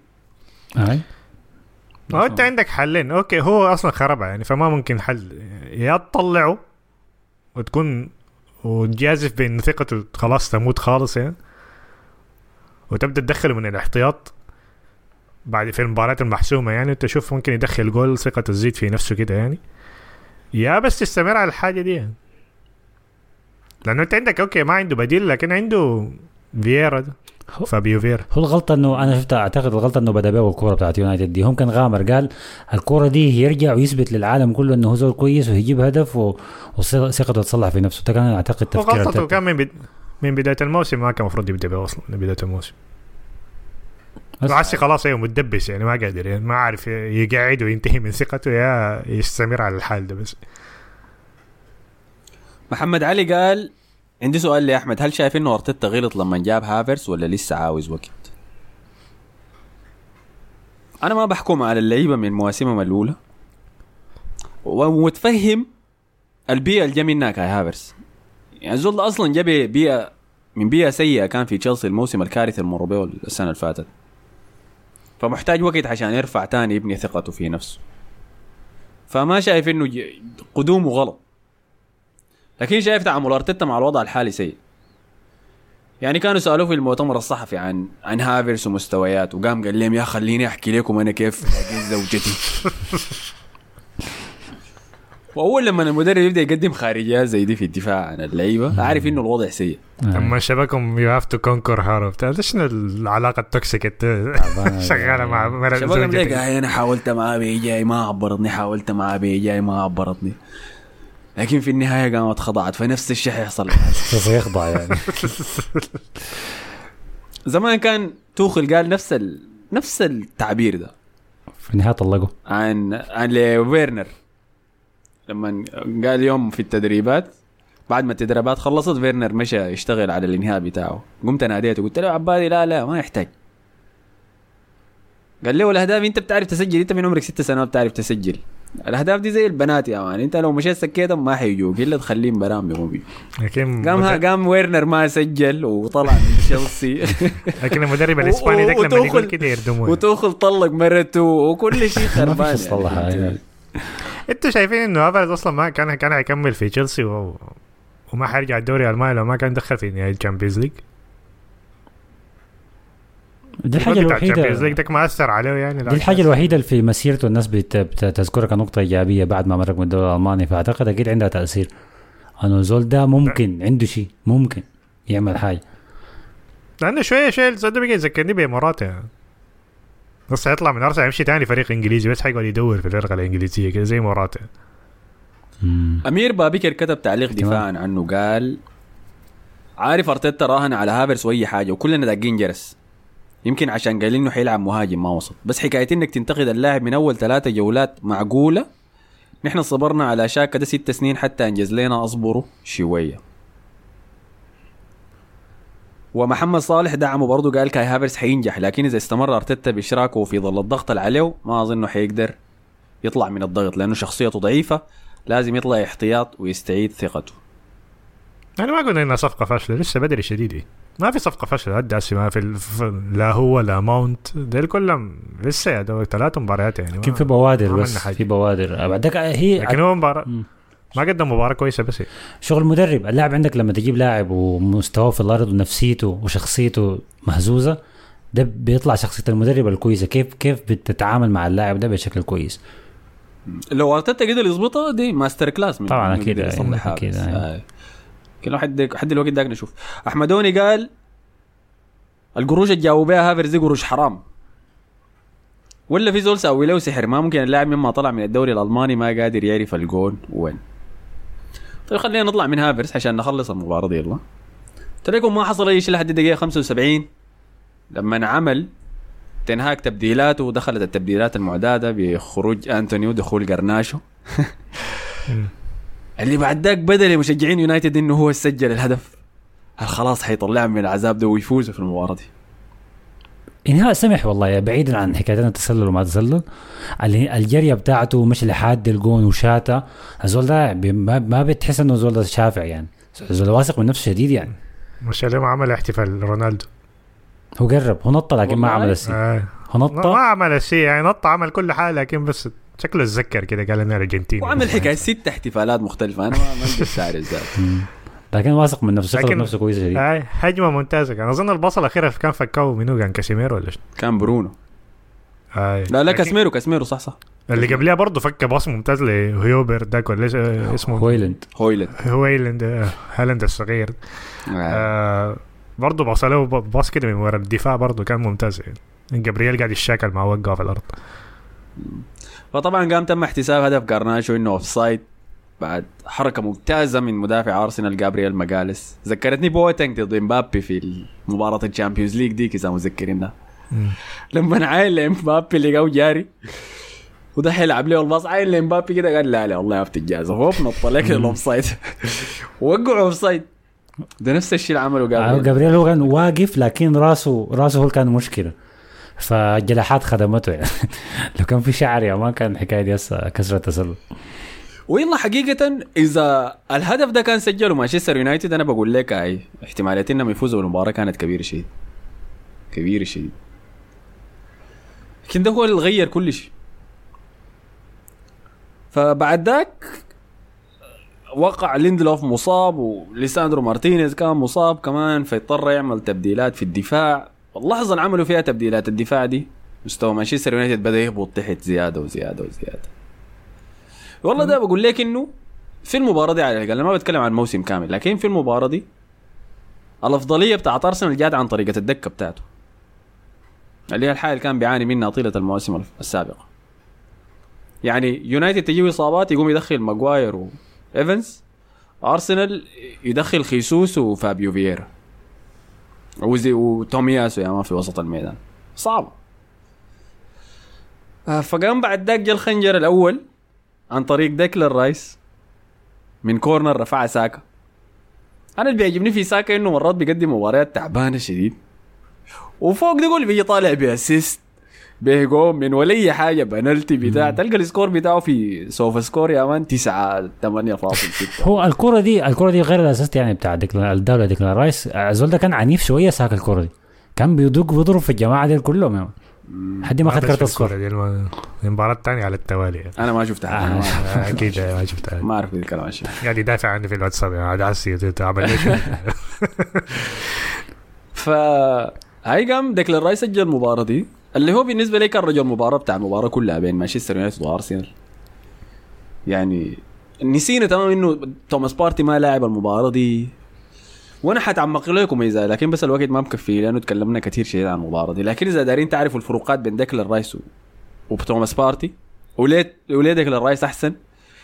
ما انت عندك حلين. اوكي هو اصلا خربها يعني، فما ممكن حل، يا تطلعه وتكون وتجازف بان ثقته خلاص تموت خالص يعني، وتبدا تدخله من الاحتياط بعد في المباريات المحسومه يعني، انت شوف ممكن يدخل جول ثقته تزيد في نفسه كده يعني، يا بس تستمر على الحاجه دي يعني. لانه انت عندك اوكي ما عنده بديل، لكن عنده فييرا ده، فابيو فييرا. هو الغلطه انه انا شفت، اعتقد الغلطه انه بدا بيه الكوره بتاعت يونايتد دي، هم كان غامر قال الكوره دي يرجع ويثبت للعالم كله انه هو زول كويس ويجيب هدف وثقته تصلح في نفسه. ده كان اعتقد تفكير غلطته كان من بدايه الموسم، ما كان المفروض يبدا بيه اصلا من بدايه الموسم. عسي خلاص ايوه متدبس يعني، ما قادر يعني، ما عارف يقعد وينتهي من ثقته يا يستمر على الحال ده بس. محمد علي قال عندي سؤال لأحمد، هل شايف انه ارتيتا غلط لما جاب هافرز ولا لسه عاوز وقت؟ انا ما بحكم على اللعيبه من مواسمهم الاولى، ومتفهم البيئه اللي جا منها كاي هافرز يعني. زول اصلا جاب بيئه سيئه، كان في تشيلسي الموسم الكارثي المر به السنه اللي فاتت، فمحتاج وقت عشان يرفع تاني يبني ثقته في نفسه. فما شايف انه قدومه غلط، لكن شايف تعامل ارتيتا مع الوضع الحالي سيء يعني. كانوا سألوه في المؤتمر الصحفي عن هافرز ومستويات، وقام قال لهم يا خليني احكي لكم انا كيف لقيت زوجتي. واول لما المدرب يبدا يقدم خارجيات زي دي في الدفاع عن اللعيبه، عارف انه الوضع سيء. لما شبكهم يو هاف تو كونكر هارو بتاع شنو العلاقه التوكسيك شغاله مع مرة زوجتي. انا حاولت معاه بيجاي ما عبرتني، حاولت معاه بيجاي ما عبرتني، لكن في النهايه قامت خضعت. فنفس الشيء يحصل يخضع يعني. زمان كان توخل قال نفس التعبير ده في النهايه طلقوا عن ويرنر لما قال يوم في التدريبات بعد ما التدريبات خلصت فيرنر مشى يشتغل على الانهاء بتاعه. قمت ناديته قلت له عبادي لا ما يحتاج. قال لي الاهداف انت بتعرف تسجل، انت من عمرك 6 سنوات بتعرف تسجل. الاهداف دي زي البنات يا مان، انت لو مشيت سكيتهم ما حيجوك الا تخليهم برام يقوموا بيك. قام ويرنر ما سجل وطلع من تشيلسي. لكن المدرب الاسباني ده لما يقول كده يردموه، وتوخل طلق مرته وكل شيء خربان يعني. انتوا شايفين انه هافرز اصلا ما كان هيكمل في تشيلسي وما حيرجع الدوري الالماني لو ما كان دخل في نهائي الشامبيونز ليج؟ دي الحاجة الوحيدة ما أثر عليه يعني. دي الحاجة الوحيدة اللي في مسيرته الناس بتذكرها كنقطة إيجابية بعد ما مرق من الدوري الألماني، فأعتقد أكيد عندها تأثير. أنه زول ده ممكن عنده شيء ممكن يعمل حاجة، لأنه شوية زود بيجي يذكرني بإمارات يعني. بس هيطلع من أرسنال يمشي تاني فريق إنجليزي، بس حيقعد يدور في الفرقة الإنجليزية كده زي إمارات. أمير بابكر كتب تعليق دفاعا عنه، قال عارف أرتيتا راهن على هافرز وأي حاجة وكلنا داقين جرس، يمكن عشان قال انه حيلعب مهاجم ما وسط، بس حكايه انك تنتقد اللاعب من اول 3 جولات معقوله؟ نحن صبرنا على شاكا ده 6 سنين حتى انجز لنا، اصبروا شويه. ومحمد صالح دعمه برضو، قال كاي هافرز حينجح، لكن اذا استمر ارتيتا باشراكه في ظل الضغط اللي عليه ما اظنه حيقدر يطلع من الضغط، لانه شخصيته ضعيفه، لازم يطلع احتياط ويستعيد ثقته. انا ما قلنا انها صفقه فاشله، لسه بدري شديد، ما في صفقه فاشله هداسي، ما في لا هو لا ماونت ديل كلهم لسه يا دول 3 مباريات يعني. لكن في بوادر، بس في بوادر بعدك هي، لكن هو مباراه ما قدم مباراه كويسه. بس شغل مدرب. اللاعب عندك لما تجيب لاعب ومستواه في الارض ونفسيته وشخصيته مهزوزه، ده بيطلع شخصيه المدرب الكويسه. كيف بتتعامل مع اللاعب ده بشكل كويس. لو ارتيتا قدر يظبطها دي ماستر كلاس من طبعا اكيد كل حد الوقت داك نشوف. احمدوني قال القروش اللي جاوبوا بها هافرز دي قروش حرام، ولا في زول ساوي له سحر؟ ما ممكن اللاعب مما طلع من الدوري الالماني ما قادر يعرف الجون وين. طيب خلينا نطلع من هافرز عشان نخلص المباراه دي. يلا تلاقيكم ما حصل اي شيء لحد الدقيقه 75 لما عمل تنهاك تبديلاته ودخلت التبديلات المعتاده بخروج انتونيو ودخول قرناشو. اللي بعد ذاك بدأ لمشجعين يونايتد انه هو سجل الهدف، هل خلاص حيطلعهم من العذاب ده ويفوزوا في المباراة دي. انهاء سمح والله، بعيدا عن حكايتنا التسلل وما تسلل، الجريه بتاعته مش لحد الجون وشاتا، الزول ده ما بتحس انه الزول ده شافع يعني، الزول واثق من نفسه شديد يعني. مش اللي ما عمل احتفال رونالدو، هو قرب، هو نط لكن ما عمل الشيء. هو نط ما عمل الشيء يعني، نط عمل كل حاجه لكن بس شكله اتذكر كده قال انا ارجنتيني وعمل حكايه 6 احتفالات مختلفه. انا ما عندي السعر الزاد لكن واثق من نفسه، ثقته نفسه كويسه جدا. هجمه ممتازه كان. اظن البصله الاخيره كان فكوا منو، كان كاسيميرو ولا كان برونو. لا كاسميرو صح. اللي قبلها برضه فك باص ممتاز لهيوبر داك ولا اسمه هويلاند هالاند الصغير. برضه بصله باص كده من ورا الدفاع برضه كان ممتاز يعني. جابرييل قاعد يشاكل مع وقع في الارض. فطبعا قام تم احتساب هدف غارناشو انه اوف سايد بعد حركه ممتازه من مدافع ارسنال جابرييل ماغاليس. ذكرتني بوتنج ضد امبابي في مباراه الشامبيونز ليج ديك اذا متذكرينها، لما عايل لامبابي اللي جاو جاري وده حيلعب له الباص، عايل لامبابي كده قال لا والله يا افتجاز هوب نط لك الاوف سايد وقعوا اوف سايد. ده نفس الشيء اللي عمله جابرييل. هو كان واقف لكن راسه هو كان مشكله، فالجلاحات خدمته يعني. لو كان في شعر يا ما كان حكايه دي كسرة تسلل. ويلا حقيقة إذا الهدف ده كان سجله مانشستر يونايتد أنا بقول لك هاي احتمالية إنهم يفوزوا بالمباراة كانت كبيرة شيء. لكن ده هو اللي غير كل شيء. فبعد ذاك وقع ليندلوف مصاب وليساندرو مارتينيز كان مصاب كمان، فيضطر يعمل تبديلات في الدفاع. اللحظة اللي عملوا فيها تبديلات الدفاع دي مستوى مانشستر يونايتد بدأ يهبط تحت زيادة. والله ده بقول لك إنه في المباراة دي على الأقل، ما بتكلم عن موسم كامل، لكن في المباراة دي الأفضلية بتاعت أرسنال جات عن طريقة الدكة بتاعته اللي هي الحال كان بيعاني منها طيلة المواسم السابقة. يعني يونايتد تجيب إصابات يقوم يدخل ماغواير وإيفنز، أرسنال يدخل خيسوس وفابيو فييرا وتومياسو يا ما في وسط الميدان صعب. فقام بعد ذاك جا الخنجر الأول عن طريق ديكلان رايس من كورنر رفع ساكا. أنا اللي بيعجبني في ساكا إنه مرات بيقدم مباريات تعبانة شديد، وفوق دي يقول بيجي طالع بأسيست بيجو من ولا حاجة بنالتي بتاع تلقى السكور بتاعه في سوف سكور يا مان 9.8.6. هو الكرة دي غير الأساس يعني بتاع الدولة ديكلان رايس. الزول ده كان عنيف شوية ساكا. الكرة دي كان بيضرب في الجماعة دي كلهم يعني. حد ما خد كارت اصفر. المباراة الثانية على التوالي انا ما شفتها. اكيد ما شفتها. ما اعرف الكلام عشان قاعد يدافع عني في الواتساب يعني عسي تعمل ليش. هاي قام ديكلان رايس سجل المباراة دي اللي هو بالنسبة لي كان رجل المباراة بتاع المباراة كلها بين مانشستر يونايتد وارسنال. يعني نسينا تمام انه توماس بارتي ما لاعب المباراة دي، وانا حتعمق لكم اذا لكن بس الوقت ما مكفي لانه تكلمنا كثير شيء عن المباراه دي. لكن اذا دارين تعرفوا الفروقات بين ديكلان رايس وتوماس بارتي وليه ديكلان رايس احسن،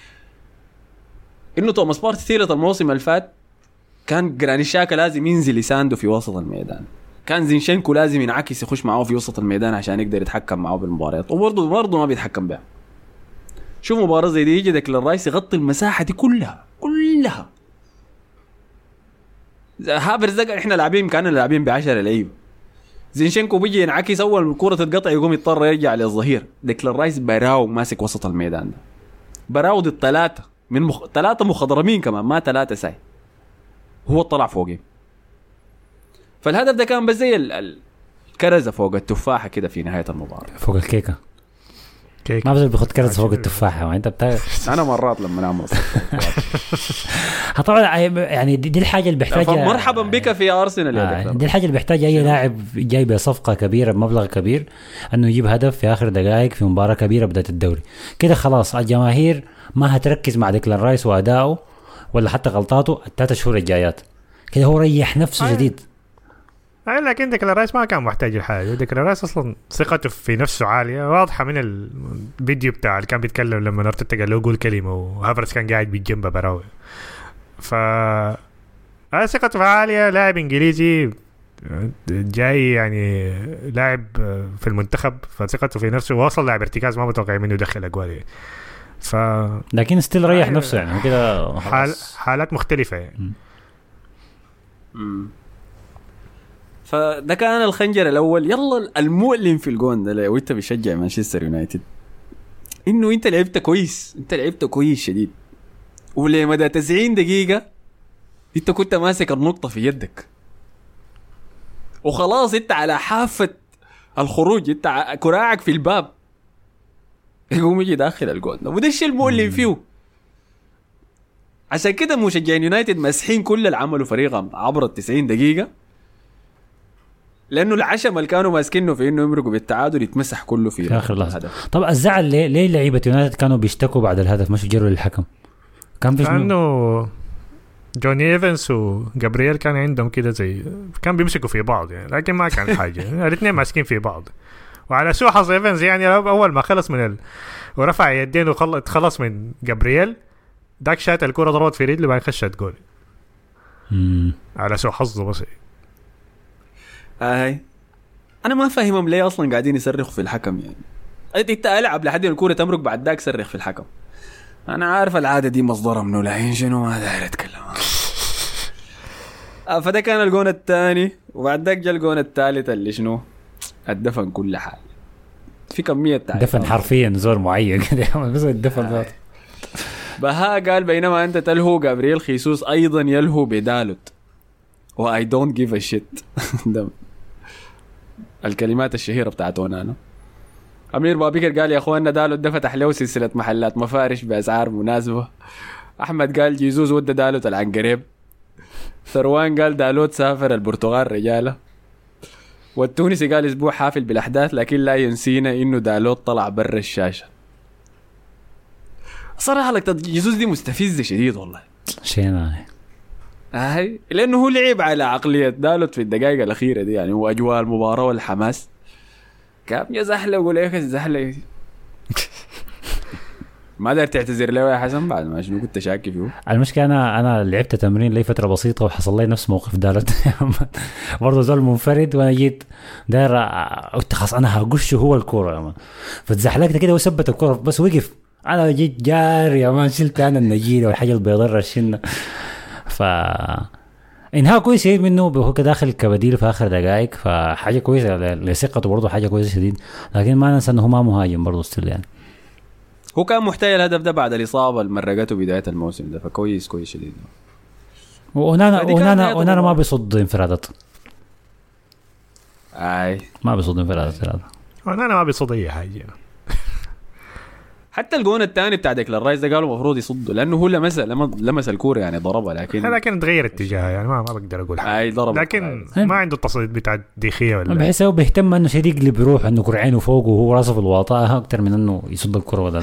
انه توماس بارتي طيله الموسم اللي فات كان جراني شاكا لازم ينزل يسانده في وسط الميدان، كان زينشينكو لازم ينعكس يخش معه في وسط الميدان عشان يقدر يتحكم معه بالمباريات، وبرضه ما بيتحكم بها. شوف مباراه زي دي يجي ديكلان رايس يغطي المساحه دي كلها. هافرز احنا لاعبين كاننا لاعبين ب10 لعيبه، زينشينكو بيجي ينعكس اول الكره تتقطع يقوم يضطر يرجع للظهير. ديكلان رايس براو ماسك وسط الميدان ده، براو ضد 3 من 3 مخضرمين كمان ما 3 ساي، هو طلع فوقه. فالهدف ده كان بس زي الكرزه فوق التفاحه كده في نهايه المباراه، فوق الكيكه. ما بزل بيخد كرز فوق التفاحة وانت بتعرف. انا مرات لما نعمل طبعا يعني دي الحاجة اللي بيحتاجها. مرحبا بك في ارسنال. دي الحاجة اللي بيحتاج اي لاعب جاي بصفقة كبيرة بمبلغ كبير انه يجيب هدف في اخر دقائق في مباراة كبيرة بداية الدوري كده. خلاص الجماهير ما هتركز مع ديكلان رايس واداؤه ولا حتى غلطاته 3 شهور الجايات كده. هو ريح نفسه جديد. لكن ديكلان رايس ما كان محتاج الحاجة. ديكلان رايس أصلا ثقته في نفسه عالية واضحة من الفيديو بتاع اللي كان بيتكلم لما نرتت قال له قول كلمة وهافرز كان قاعد بجنبه براوي. ثقته عالية. لاعب إنجليزي جاي يعني لاعب في المنتخب، فثقته في نفسه. وصل لاعب ارتكاز ما متوقع منه يدخل أجوال. لكن ستيل ريح نفسه يعني كده حالات مختلفة يعني. فده كان الخنجر الأول. يلا المؤلم في الجون ده لو أنت بيشجع مانشستر يونايتد إنه أنت لعبت كويس، أنت لعبت كويس شديد، ولمدى 90 دقيقة أنت كنت ماسك النقطة في يدك وخلاص أنت على حافة الخروج، أنت كراعك في الباب يقوم يجي داخل الجون ده، وده الشيء المؤلم فيه. عشان كده مشجعين يونايتد مسحين كل اللي عملوا فريقهم عبر 90 دقيقة، لأنه العشم اللي كانوا ماسكينه في إنه يمرقوا بالتعادل يتمسح كله في آخر لحظة. طب الزعل ليه لعيبة يونايتد كانوا بيشتكوا بعد الهدف مش جروا للحكم؟ لأنه جوني إيفنس وجابرييل كان عندهم كده زي كان بيمسكوا في بعض يعني، لكن ما كان حاجة. الاثنين ماسكين في بعض، وعلى سوء حظ إيفنس يعني أول ما خلص من ورفع يدين وخلص من جابرييل داك شات الكرة ضربت في رجله وبعدين خشت جول. على سوء حظه بس. أنا ما فاهمهم ليه أصلا قاعدين يصرخوا في الحكم يعني. أنت ألعب لحد الكرة تمرق بعد داك صرخ في الحكم. أنا عارف العادة دي مصدرها منه لحين شنو ما داير أتكلم. فده كان الجون الثاني، وبعد ذاك جاء الجون الثالث اللي شنو الدفن كل حال في كمية دفن حرفيا زور معين كده بس الدفن ذات. بها قال بينما أنت تلهو جابرييل خيسوس أيضا يلهو بدالوت و I don't give a shit. ده الكلمات الشهيرة بتاعت اونانا. أمير بابيكر قال يا أخوانا دالوت ده فتح له سلسلة محلات مفارش بأسعار مناسبة. أحمد قال جيزوز ودى دالوت العنقريب. ثروان قال دالوت سافر البرتغال رجالة. والتونسي قال أسبوع حافل بالأحداث لكن لا ينسينا إنه دالوت طلع برا الشاشة. صراحة لك جيزوز دي مستفزة شديد والله شينا لأنه هو لعب على عقلية دالوت في الدقائق الأخيرة دي يعني، وأجواء المباراة والحماس كام يا زحلة وقول إيه الزحلة ما دار تعتذر له يا حسن بعد ما شنو كنت شاكي فيه. المشكلة أنا لعبت تمرين لي فترة بسيطة وحصل لي نفس موقف دالوت برضه زول منفرد وأنا جيت داير قلت خلاص أنا هقشه هو الكورة فتزحلقت كده وثبت الكورة بس وقف. أنا جيت جاري يا مان شلت أنا النجيلة والحاجة البيضاء رشينا إنها كويس منه هو داخل كبديل في آخر دقائق فحاجة كويسة لثقته برضه حاجة كويسة شديد، لكن ما ننسى إنه ما مهاجم برضه ستيل يعني. هو كان محتاج الهدف ده بعد الإصابة اللي مرقته بداية الموسم ده فكويس شديد. ونانا ما بيصد انفرادات. ما بيصد انفرادات. ونانا ما بيصد أي حاجة. حتى الجون الثاني بتاع ديكلان رايس ده قالوا المفروض يصده لانه هو لمس الكوره يعني ضربها، لكن تغير اتجاهها يعني ما بقدر اقول حاجه ضربها لكن ما عنده التصويت بتاع ديخيه ولا بحس هو بيهتم انه شيء يقلب يروح انه كرعينه فوق وهو راسه في الواطه اكثر من انه يصد الكره ولا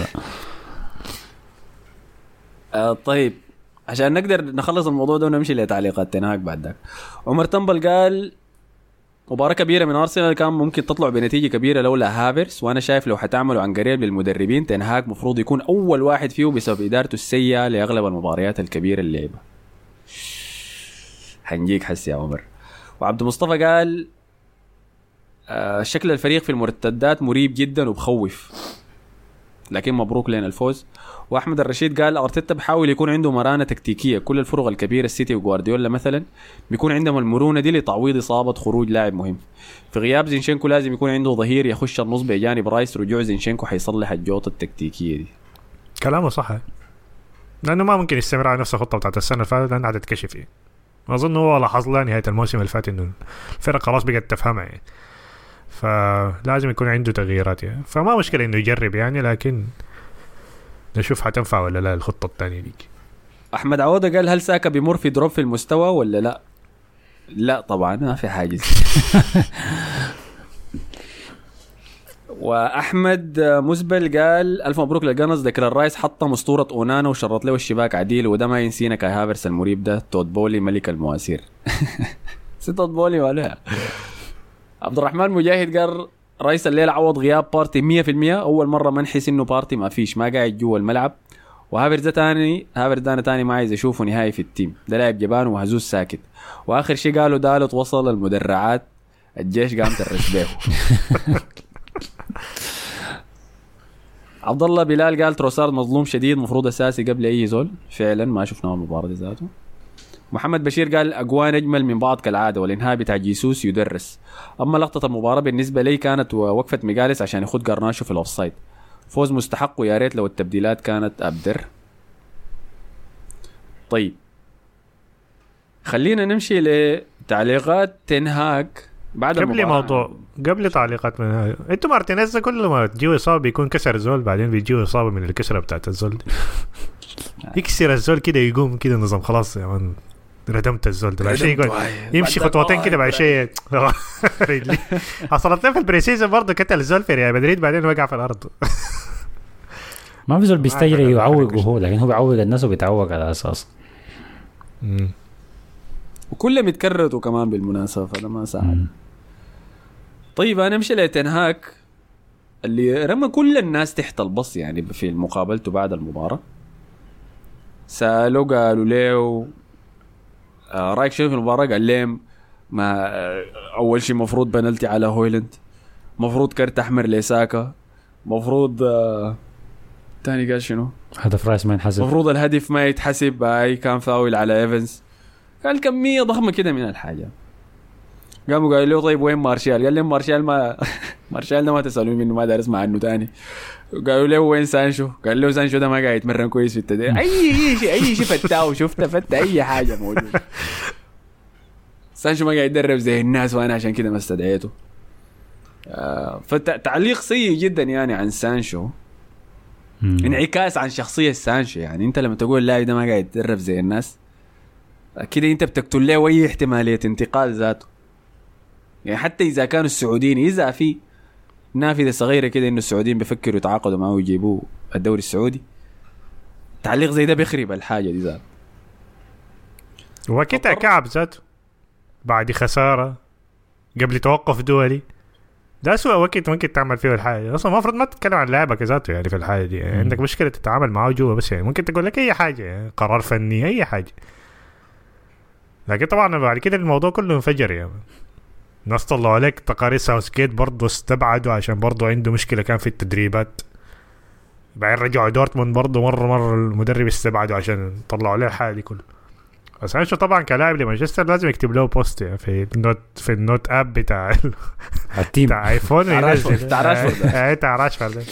لا. طيب عشان نقدر نخلص الموضوع ده ونمشي لتعليقات تنهاك بعد ذاك. عمر تنبل قال مباراة كبيرة من أرسنال كان ممكن تطلع بنتيجة كبيرة لولا هافرس، وأنا شايف لو حتعملوا عن قريب للمدربين تنهاك مفروض يكون أول واحد فيه بسبب إدارته السيئة لأغلب المباريات الكبيرة اللي لعبها. حنجيك حس يا عمر. وعبد المصطفى قال شكل الفريق في المرتدات مريب جدا وبخوف، لكن مبروك لنا الفوز. واحمد الرشيد قال ارتيتا بحاول يكون عنده مرانه تكتيكيه، كل الفرق الكبيره السيتي وغوارديولا مثلا بيكون عندهم المرونه دي لتعويض اصابه خروج لاعب مهم. في غياب زينشينكو لازم يكون عنده ظهير يخش النص بجانب رايس، رجوع زينشينكو حيصلح الجوطه التكتيكيه دي. كلامه صح لانه ما ممكن يستمر على نفس الخطه بتاعت السنه اللي فاتت لان عدد كشف فيه. اظن هو لاحظ له نهايه الموسم اللي فات انه الفرق خلاص بقت تفهمها يعني، فلازم يكون عنده تغييرات يعني. فما مشكله انه يجرب يعني، لكن نشوف حتنفع ولا لا الخطة الثانية ديك. أحمد عودة قال هل ساكا بيمر في دروب في المستوى ولا لا؟ لا طبعا ما في حاجز. وأحمد مسبل قال ألف مبروك للجانرز، ديكلان رايس حطم أسطورة أونانا وشرط له الشباك عديل، وده ما ينسينا كاي هافرس المريب ده. تود بولي ملك المواسير. تود بولي ولا عبد الرحمن مجاهد قال رايس الليل عوض غياب بارتي 100%، أول مرة ما نحس إنه بارتي ما فيش ما قاعد جوا الملعب. وهافرز ده تاني ما عايز أشوفه نهائي في التيم ده، لاعب جبان وهزوز ساكت. وآخر شيء قالوا دالوت وصل المدرعات الجيش قام ترس بيه. عبد الله بلال قال تروسارد مظلوم شديد مفروض اساسي قبل اي زول. فعلا ما شفناه المباراه دي ذاته. محمد بشير قال اجوان اجمل من بعض كالعاده والانهاء بتاع جيسوس يدرس. اما لقطه المباراه بالنسبه لي كانت وقفه ميغاليس عشان ياخد قرناشو في الاوفسايد. فوز مستحق ويا ريت لو التبديلات كانت ابدر. طيب خلينا نمشي لتعليقات تنهاج بعد قبل تعليقات من هاي. انتوا مارتينيز كل ما تجيو اصابه بيكون كسر زول بعدين بيجيو اصابه من الكسره بتاعت الزول دي. يكسر الزول كده يقوم كده نظام خلاص يا مان ردمت الزول ده بعد شيء يقول يمشي خطوتين كده بعد شيء حصلت له في البريسيزون برضه كتل الزول في ريال مدريد بعدين وقع في الارض. ما في زول بيستجري يعوق وهو لكن هو بيعوق الناس وبيتعوق على اساس وكله متكرروا كمان بالمناسبه فده ما ساعد. طيب انا امشي لتنهاك اللي رمى كل الناس تحت البص يعني في مقابلته بعد المباراه. سالوا قالوا له رايك شايف المباراه؟ قال لهم ما اول شيء مفروض بنالتي على هويلند، مفروض كرت احمر لساكا، مفروض تاني قال شنو هدف رايس ما ينحسب، مفروض الهدف ما يتحسب، اي كان فاول على ايفنز. قال كميه ضخمه كده من الحاجه. قاموا قالوا له طيب وين مارشال؟ قال لهم مارشال ما مارشال ده ما تسالوني منه ما دار اسمع عنه تاني. قالوا له وين سانشو؟ قال له سانشو ده ما قاعد يتمرن كويس في التدريب. اي شيء فتاه وشفته فت اي حاجه موجود. سانشو ما قاعد يدرب زي الناس وانا عشان كده ما استدعيته. فتعليق سيء جدا يعني عن سانشو، انعكاس عن شخصيه سانشو. يعني انت لما تقول اللاعب ده ما قاعد يتدرب زي الناس كده انت بتقتل له اي احتماليه انتقال ذاته. يعني حتى اذا كانوا السعوديين اذا في نافذه صغيره كده انه السعوديين بيفكروا يتعاقدوا معه ويجيبوه الدوري السعودي، تعليق زي ده بيخرب الحاجه دي ذات. وكده كعب ذاته بعد خساره قبل توقف دولي ده سوء وقت ممكن تعمل فيه الحاجه. اصلا المفروض ما تتكلم عن لاعبك ذاته يعني في الحاجه دي. يعني عندك مشكله تتعامل معه جوا بس، يعني ممكن تقول لك اي حاجه يعني قرار فني اي حاجه، لكن طبعا بعد كده الموضوع كله انفجر. يعني ناس طلعوا عليك تقارير ساوثجيت برضه استبعدوا عشان برضه عنده مشكله كان في التدريبات. بعدين رجعوا دورتموند برضه مره المدرب استبعدوا عشان طلعوا عليه الحاله دي كله. بس انشو طبعا كلاعب لمانشستر لازم يكتب له بوست يعني في النوت اب بتاع التيم بتاع ايفون بتاع راشفورد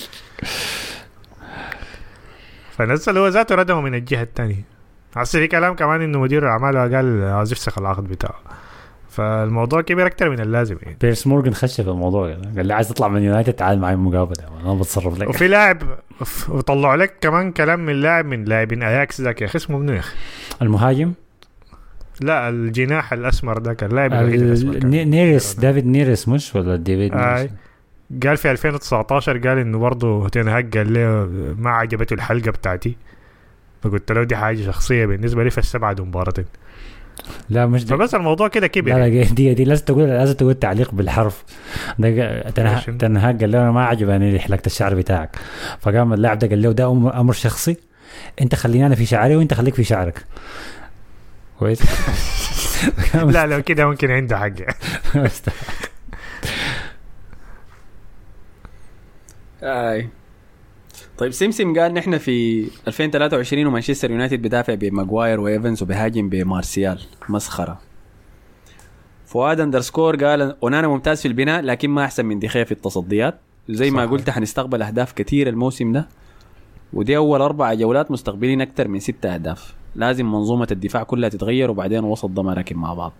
فنزل هو ذاته ردمه من الجهه الثانيه. حسي في كلام كمان انه مدير اعماله قال عايز يفسخ العقد بتاعه، فالموضوع كبير اكتر من اللازم يعني. بيرس مورغان خش في الموضوع يعني. قال لي عايز تطلع من يونايتد تعال معي مقابله انا بتصرف لك. وفي لاعب وطلعوا لك كمان كلام من لاعبين اياكس ذاك يا اخي اسمه منو يا اخي المهاجم لا الجناح الاسمر ده كان لاعب الاسمر نيرس دافيد نيرس مش ولا ديفيد نيرس. قال في 2019 قال انه برضه تنهاج قال له ما عجبته الحلقه بتاعتي، فقلت له دي حاجه شخصيه بالنسبه لي فاستبعد مباراتين. لا مش فبس الموضوع كده كبير. لا دي لازم تقول تعليق بالحرف. تنهاج قال له ما عجبني حلقه الشعر بتاعك، فقام اللاعب ده قال له ده امر شخصي، انت خليني انا في شعري وانت خليك في شعرك كويس. لا لو كده ممكن عنده حق. طيب سمسم قال نحن في 2023 ومانشستر يونايتد بدافع بماغواير وايفنز وبهاجم بمارسيال مسخرة. فؤاد اندرسكور قال اونانا ممتاز في البناء لكن ما احسن من دخيا في التصديات. زي ما قلت حنستقبل اهداف كثير الموسم ده، ودي اول 4 جولات مستقبلين اكثر من 6 اهداف. لازم منظومة الدفاع كلها تتغير وبعدين وسط ضم راكب مع بعض.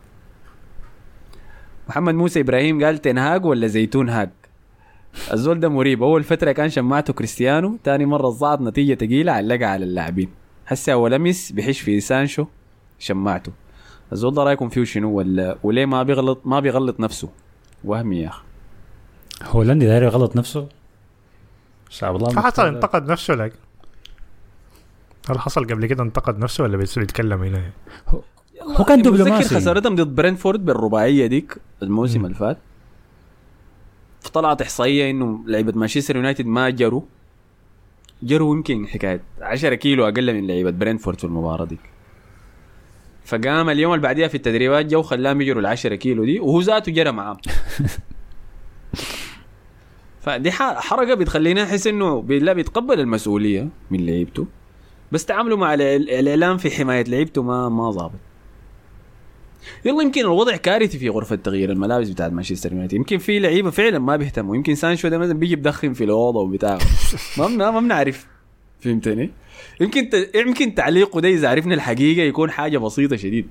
محمد موسى إبراهيم قال تنهاج ولا زيتون هاج؟ الزول ده مريب. أول فترة كان شمعته كريستيانو، تاني مرة ضاعت نتيجة تقيلة علقها على اللاعبين. هسه أول لمس بحش في سانشو شمعته. الزول ده رأيكم فيه شنو ولا وليه ما بيغلط نفسه؟ وهمي يا أخي. هولندي داير يغلط نفسه. شعب الله فحصل انتقد نفسه لك. هل حصل قبل كده انتقد نفسه ولا بس بيتكلم هنا؟ هو كان دبلوماسي. خسارتهم ضد برينفورد بالرباعية ديك الموسم اللي فات. فطلعت إحصائية إنه لعيبة مانشستر يونايتد ما جروا يمكن حكاية 10 كيلو أقل من لعيبة برينفورد في المباراة ديك. فقام اليوم اللي بعديها في التدريبات جو خلاهم يجروا 10 كيلو دي وهو ذاته جرى معهم. فدي حركه بتخلينا نحس انه لا بيتقبل المسؤوليه من لعيبته، بس تعاملوا مع الاعلام في حمايه لعيبته ما ظابط. يلا يمكن الوضع كارثي في غرفه تغيير الملابس بتاعت مانشستر يونايتد، يمكن في لعيبه فعلا ما بيهتموا، يمكن سانشو ده مثلا بيجي بدخن في الاوضه وبتاع ما بنعرف، فهمتني؟ يمكن تعليقه ده اذا عرفنا الحقيقه يكون حاجه بسيطه شديد.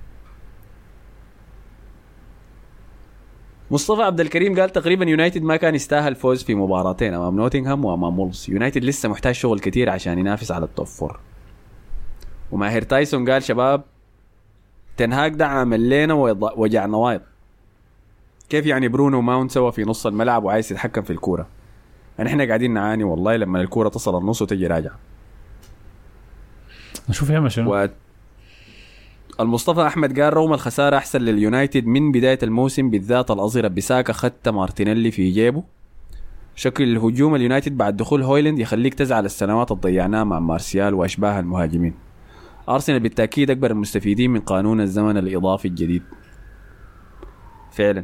مصطفى عبد الكريم قال تقريبا يونايتد ما كان يستاهل فوز في مباراتين امام نوتنغهام وامام وولفز، يونايتد لسه محتاج شغل كتير عشان ينافس على التوب فور. وماهر تايسون قال شباب تنهاك ده عامل لنا وجع نوايض، كيف يعني برونو ماونت سوا في نص الملعب وعايز يتحكم في الكوره؟ يعني احنا قاعدين نعاني والله لما الكوره تصل النص وتجي راجعه. نشوف يا شنو. المصطفى احمد قال رغم الخساره احسن لليونايتد من بدايه الموسم، بالذات الاظهره بيساكا خدت مارتينيلي في جيبه. شكل الهجوم اليونايتد بعد دخول هويلاند يخليك تزعل السنوات اللي ضيعناها مع مارسيال واشباه المهاجمين. ارسنال بالتاكيد اكبر المستفيدين من قانون الزمن الاضافي الجديد فعلا.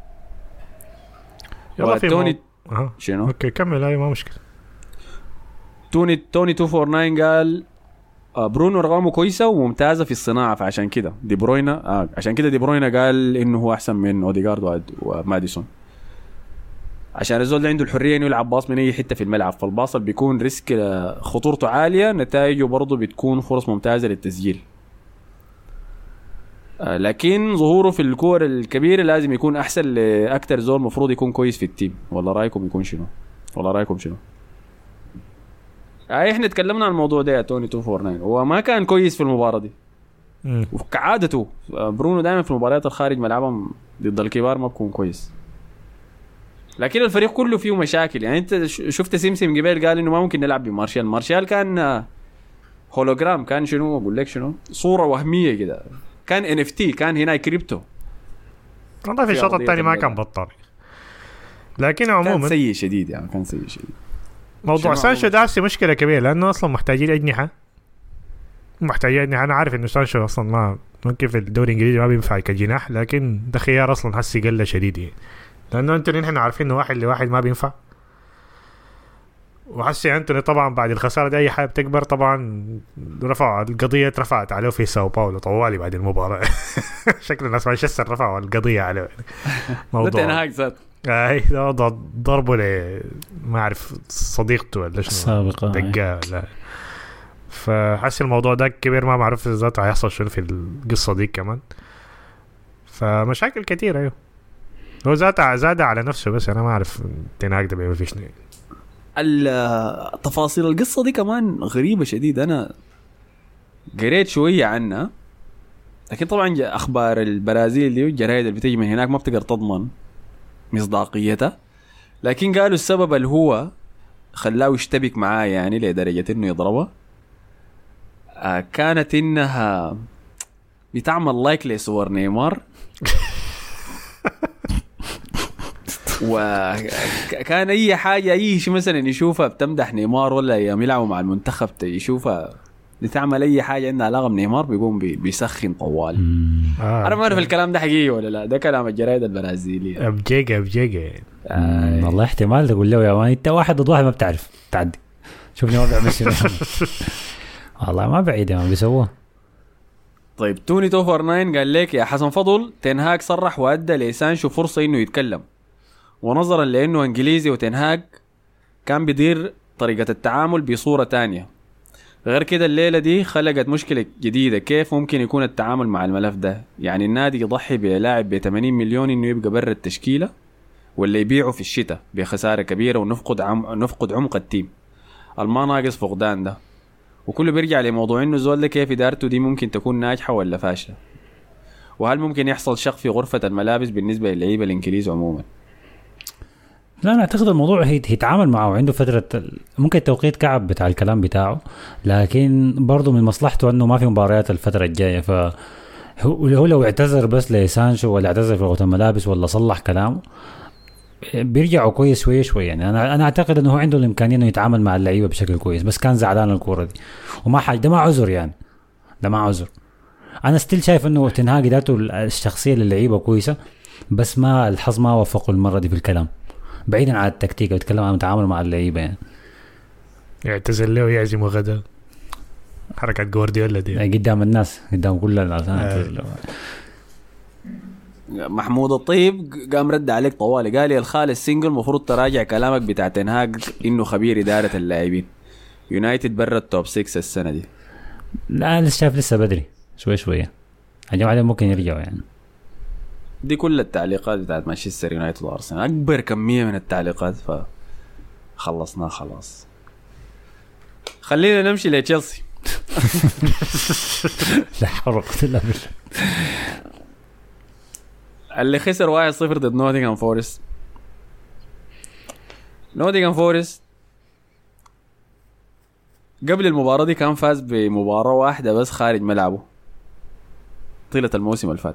يلا في توني شنو؟ اوكي كمل. اي ما مشكله. توني 249 قال برونو ارقامه كويسه وممتازه في الصناعه، فعشان كده دي بروينا عشان كده دي بروينا قال انه هو احسن من اوديغارد وماديسون، عشان الزول عنده الحريه انه يلعب باص من اي حته في الملعب، فالباص بيكون ريسك خطورته عاليه، نتائجه برضه بتكون فرص ممتازه للتسجيل. لكن ظهوره في الكور الكبيره لازم يكون احسن لاكثر زول مفروض يكون كويس في التيم. ولا رايكم يكون شنو؟ ولا رايكم شنو؟ احنا تكلمنا عن الموضوع ده يا توني 249. هو ما كان كويس في المباراه دي وكعادته برونو دائما في المباريات الخارج ملعبهم ضد الكبار ما بيكون كويس، لكن الفريق كله فيه مشاكل. يعني انت شفت سيمسيم قبل قال انه ما ممكن نلعب بمارشال. مارشال كان هولوجرام، كان شنو اقول لك شنو، صوره وهميه كده، كان NFT، كان هنا كريبتو. والله في الشوط الثاني ما كان بطل، لكن عموما كان سيء شديد. يعني كان سيء شديد. موضوع سانشو ده مشكله كبيره لانه اصلا محتاجين اجنحه. انا عارف انه سانشو اصلا ما ممكن في الدوري الانجليزي ما بينفع كجناح، لكن ده خيار اصلا حسي قله شديد يعني. لانه انتوني نحن عارفين انه واحد لواحد ما بينفع، وحسي انتوني طبعا بعد الخساره دي اي حاجه بتكبر طبعا. رفعت عليه في ساو باولو طوالي بعد المباراه شكل الناس مانشستر رفعوا القضيه عليه موضوع تنهاك ذات ضربه ل ما اعرف صديقته ولا شنو سابقه دقه ولا. فحسي الموضوع ده كبير، ما معرف ذاته هيحصل شنو في القصه دي كمان. فمشاكل كتيره. ايوه هو زاد على نفسه، بس انا ما اعرف تنهاك ده بيعمل فيش. التفاصيل القصه دي كمان غريبه شديد، انا قريت شويه عنها، لكن طبعا اخبار البرازيل دي والجرايد اللي بتيجي من هناك ما بتقدر تضمن مصداقيتها. لكن قالوا السبب اللي هو خلاه يشتبك معاه يعني لدرجه انه يضربه كانت انها بتعمل لايك لصور نيمار وكان اي حاجه اي شيء مثلا يشوفها بتمدح نيمار ولا يلعبوا مع المنتخب يشوفها بتعمل اي حاجه عندها علاقه بنيمار بيقوم بيسخن طوال. انا ما اعرف الكلام ده حقيقي ولا لا، ده كلام الجرايد البرازيليه. ابجيجا والله احتمال تقول له يا مان انت واحد ضد واحد ما بتعرف تعدي، شوفني ما بيعمل شنو والله ما بعيد ما بيسووه. طيب توني توفر 9 قال لك يا حسن فضل تنهاك صرح وادى لسانشو فرصه انه يتكلم، ونظرا لانه انجليزي وتنهاك كان بيدير طريقه التعامل بصوره تانية. غير كده الليله دي خلقت مشكله جديده، كيف ممكن يكون التعامل مع الملف ده؟ يعني النادي يضحي بلاعب ب 80 مليون انه يبقى برا التشكيله، ولا يبيعه في الشتاء بخساره كبيره ونفقد عمق التيم الما ناقص فقدان ده؟ وكله بيرجع لموضوع انه زول ده كيف ادارته دي ممكن تكون ناجحه ولا فاشله، وهل ممكن يحصل شق في غرفه الملابس بالنسبه للعيبه الانجليز عموما؟ لا انا اعتقد الموضوع هيتعامل معه، عنده فتره ممكن توقيت كعب بتاع الكلام بتاعه، لكن برضه من مصلحته انه ما في مباريات الفتره الجايه. فهو لو اعتذر بس لسانشو ولا اعتذر في غرفه الملابس ولا صلح كلامه بيرجعوا كويس شوي يعني. انا اعتقد انه هو عنده الامكانيه انه يتعامل مع اللعيبه بشكل كويس، بس كان زعلان الكوره دي وما حاجه. ده ما عذر يعني، ده ما عذر. انا ستيل شايف انه تنهاج ذاته الشخصيه للعيبه كويسه، بس ما الحظ ما وفقه المره دي في الكلام. بعيدا عن التكتيك، بيتكلم عن التعامل مع اللعيبه يعني. يعتزل له ويعزمه غدا، حركة جوارديولا دي قدام الناس، قدام كل الناس. محمود الطيب قام رد عليك طوالي، قال لي الخال السنجل مفروض تراجع كلامك بتاع تنهاج انه خبير اداره اللاعبين. يونايتد برا التوب 6 السنه دي. لا لسه شايف لسه بدري شويه الجماعه ممكن يرجعوا يعني. دي كل التعليقات بتاعت مانشستر يونايتد وارسنال، اكبر كميه من التعليقات، فخلصنا خلاص. خلينا نمشي لتشيلسي. لا حول ولا قوه الا بالله. اللي خسر 1-0 ضد نوتنغهام فورست. نوتنغهام فورست قبل المباراة دي كان فاز بمباراة واحدة بس خارج ملعبه طيلة الموسم الفات.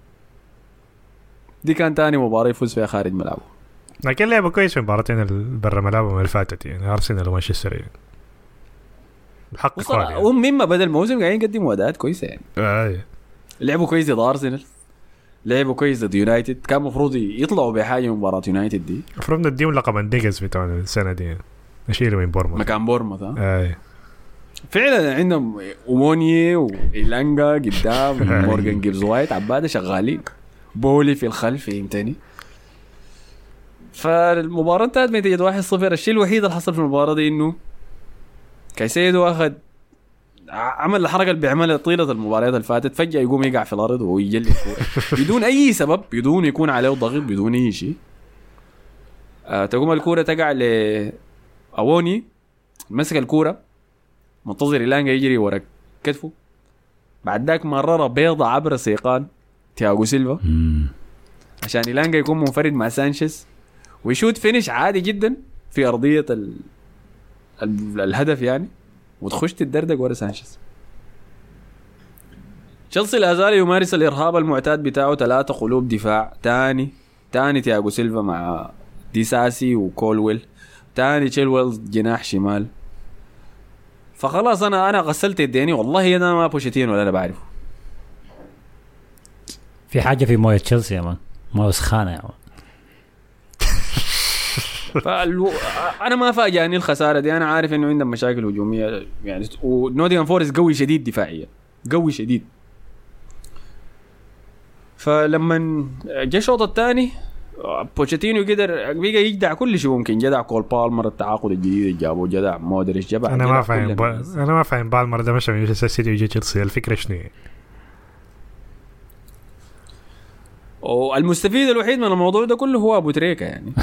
دي كان تاني مباراة يفوز فيها خارج ملعبه. لكن لعبوا كويس في مباراتين برا ملعبهم اللي فاتت يعني، أرسنال ومانشستر يعني. الحق قال يعني. ومما بدأ الموسم قاعدين يقدموا أداءات كويسة يعني. لعبوا كويس ضد أرسنال، لعبوا كويس ضد يونايتد. كان مفروض يطلعوا بحاجة من مباراة يونايتد دي. مفروض نديهم لقب انديجز بتاع السنة دي، نشيله من بورموث مكان بورموث. فعلا عندهم أوموني وإيلانجا قدام مورغان جيبز وايت عبادة شغالين، بولي في الخلف فهمتني. فالمباراة انتهت بنتيجة 1-0. الشيء الوحيد اللي حصل في المباراة دي انه كايسيدو اخذ عمل الحركة اللي بيعملها طيلة المباريات اللي فاتت، فجأة يقوم يقع في الأرض ويجلي الكورة بدون أي سبب، بدون يكون عليه ضغط، بدون أي شيء. تقوم الكورة تقع لأووني، مسك الكورة منتظر إيلانجا يجري ورا كتفه، بعد ذاك مررة بيضة عبر سيقان تياغو سيلفا عشان إيلانجا يكون منفرد مع سانشيز ويشوت فينيش عادي جدا في أرضية الهدف يعني، وتخش تدردق ورا سانشيز. تشيلسي لا زال يمارس الإرهاب المعتاد بتاعه، 3 قلوب دفاع، تاني تياغو سيلفا مع ديساسي وكولويل، تاني تشيلويل جناح شمال. فخلاص انا غسلت يديني والله انا ما بوشيتينو ولا انا بعرفه. في حاجه في مويه تشيلسي يا مان، مويه سخانه يا مان. انا ما فاجأني الخساره دي، انا عارف انه عندهم مشاكل هجوميه يعني، ونوتنغهام فورست قوي شديد دفاعيا، قوي شديد. فلما جاء الشوط الثاني بوتشيتينو قدر بقى يجدع كل شيء ممكن، جدع كول بالمر التعاقد الجديد اللي جابه، جدع مودريتش، جدع. انا ما فاهم بالمر ده مشى من مانشستر سيتي وجا تشيلسي، الفكره شنو؟ والمستفيد الوحيد من الموضوع ده كله هو ابو تريكه يعني.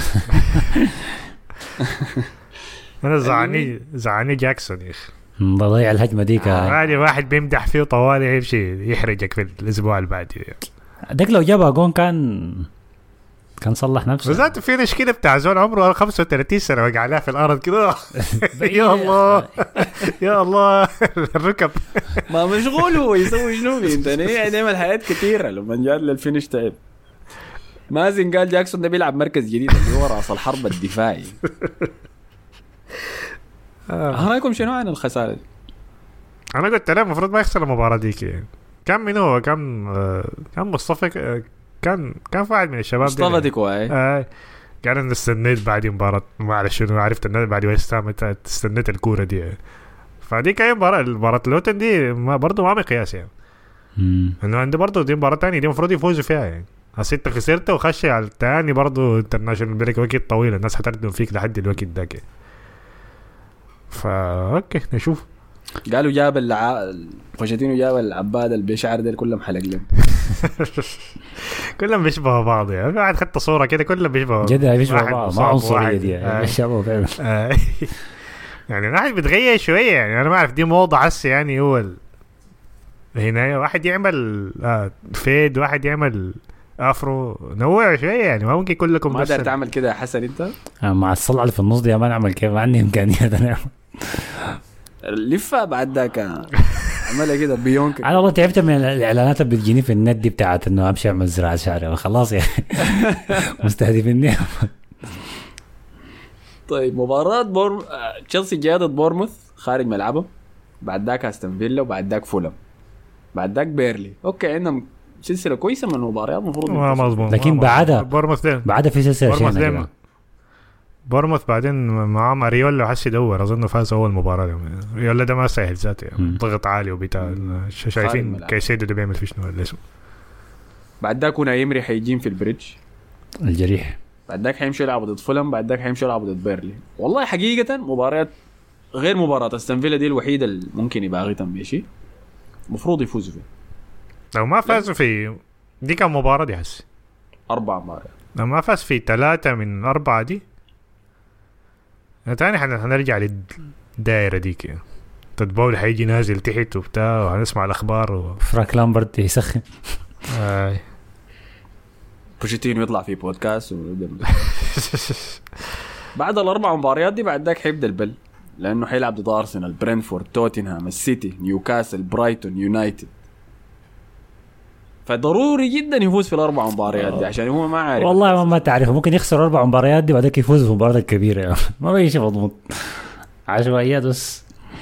انا زعاني جاكسون يا اخي، بضيع الهجمه ديك عادي، واحد بيمدح فيه طوالي يمشي يحرجك في الاسبوع اللي بعده. ديك لو جابها جون كان صلح نفسه. بالذات في مشكله بتاع زول عمره 35 سنه وقع عليها في الارض كده. يا الله يا الله الركب ما مشغول هو يسوي شنو فهمتني يعني، يعمل حاجات كثيره. لما جاء للفينش تعب. مازن قال جاكسون ده بيلعب مركز جديد اللي هو راس الحرب الدفاعي. رايكم شنو عن الخساره دي؟ انا قلت له المفروض ما يخسر المباراه دي كده. كم منو كان مصطفى كان واحد من الشباب مصطفى ديكواي قال ان استنيت بعد مباراه، ما اعرف شنو، عرفت ان بعد ويست هام استنيت الكوره دي. فدي كاي مباراه لوتن دي برضه ما مقياس يعني، انه عنده برضه دي مباراه ثانيه دي المفروض يفوزوا فيها يعني. هسيت خسرت وخش على الثاني برضه انترناشونال بريك وقت طويل، الناس حتردم فيك لحد الوقت ده. اوكي نشوف. قالوا جاب بوشيتينو جاب العباد البشعر ده كلهم حلق لهم. كلهم بيشبهوا بعض يعني، بعد خدت صورة كده كلهم بيشبهوا جدا، بيشبهوا بعض، ما عنصرية دي بيشبهوا فعلا. يعني الواحد بتغير شوية يعني، أنا ما أعرف دي موضة عسى يعني. هو هنا واحد يعمل فيد، واحد يعمل أفرو، نوع شوية يعني، ما ممكن كلكم ما قدرت تعمل كده يا حسن أنت مع الصلعة اللي في النص دي ما نعمل كيف، ما عندي إمكانيات أنا لفة بعد ذاك عملها كده بيونك. انا والله تعبت من الاعلانات اللي بتجيني في النت دي بتاعت انه امشي اعمل زراعه شعري، خلاص يعني مستهدفيني. طيب مباراة تشيلسي جاء ضد بورموث خارج ملعبه، بعد ذاك استون فيلا، وبعد ذاك فولم، بعد ذاك بيرلي. اوكي عندهم سلسلة كويسة من المباريات المفروض مظبوط، لكن بعدها في سلسلة بورموث بعدين معهم اريولا حس يدور اظن فاز اول مباراه. ريولا ده ما سهل ذاته يعني. ضغط عالي وبتاع شايفين كايسيدو ده بيعمل في شنو ولا اسمه. بعد ذاك كنا يمري حيجين في البريدج الجريح. بعد ذاك حيمشوا يلعبوا ضد فولم. بعد ذاك حيمشوا يلعبوا ضد بيرلي. والله حقيقه مباريات غير مباراه استون فيلا دي الوحيده اللي ممكن يبقى غيتم بشيء المفروض يفوزوا فيه. لو ما فازوا في دي كان مباراه دي حس 4 مباريات لو ما فاز في 3 من 4 دي تاني حنرجع للدائرة ديك يعني. تدبول حيجي نازل تحت وبتاع وهنسمع الأخبار فراك لامبرت يسخن. بوشيتينو يطلع في بودكاست بعد ال4 مباريات دي بعد ذاك حيبدأ البل لأنه حيلعب ضد أرسنال برينفورد توتنهام السيتي نيوكاسل برايتون يونايتد. فضروري جدا يفوز في ال4 مباريات دي عشان هو ما عارف. والله ما تعرف ممكن يخسر 4 مباريات دي بعدك يفوز في المباراة الكبيرة يعني. ما بيجي شيء مضبوط عشوائيات بس.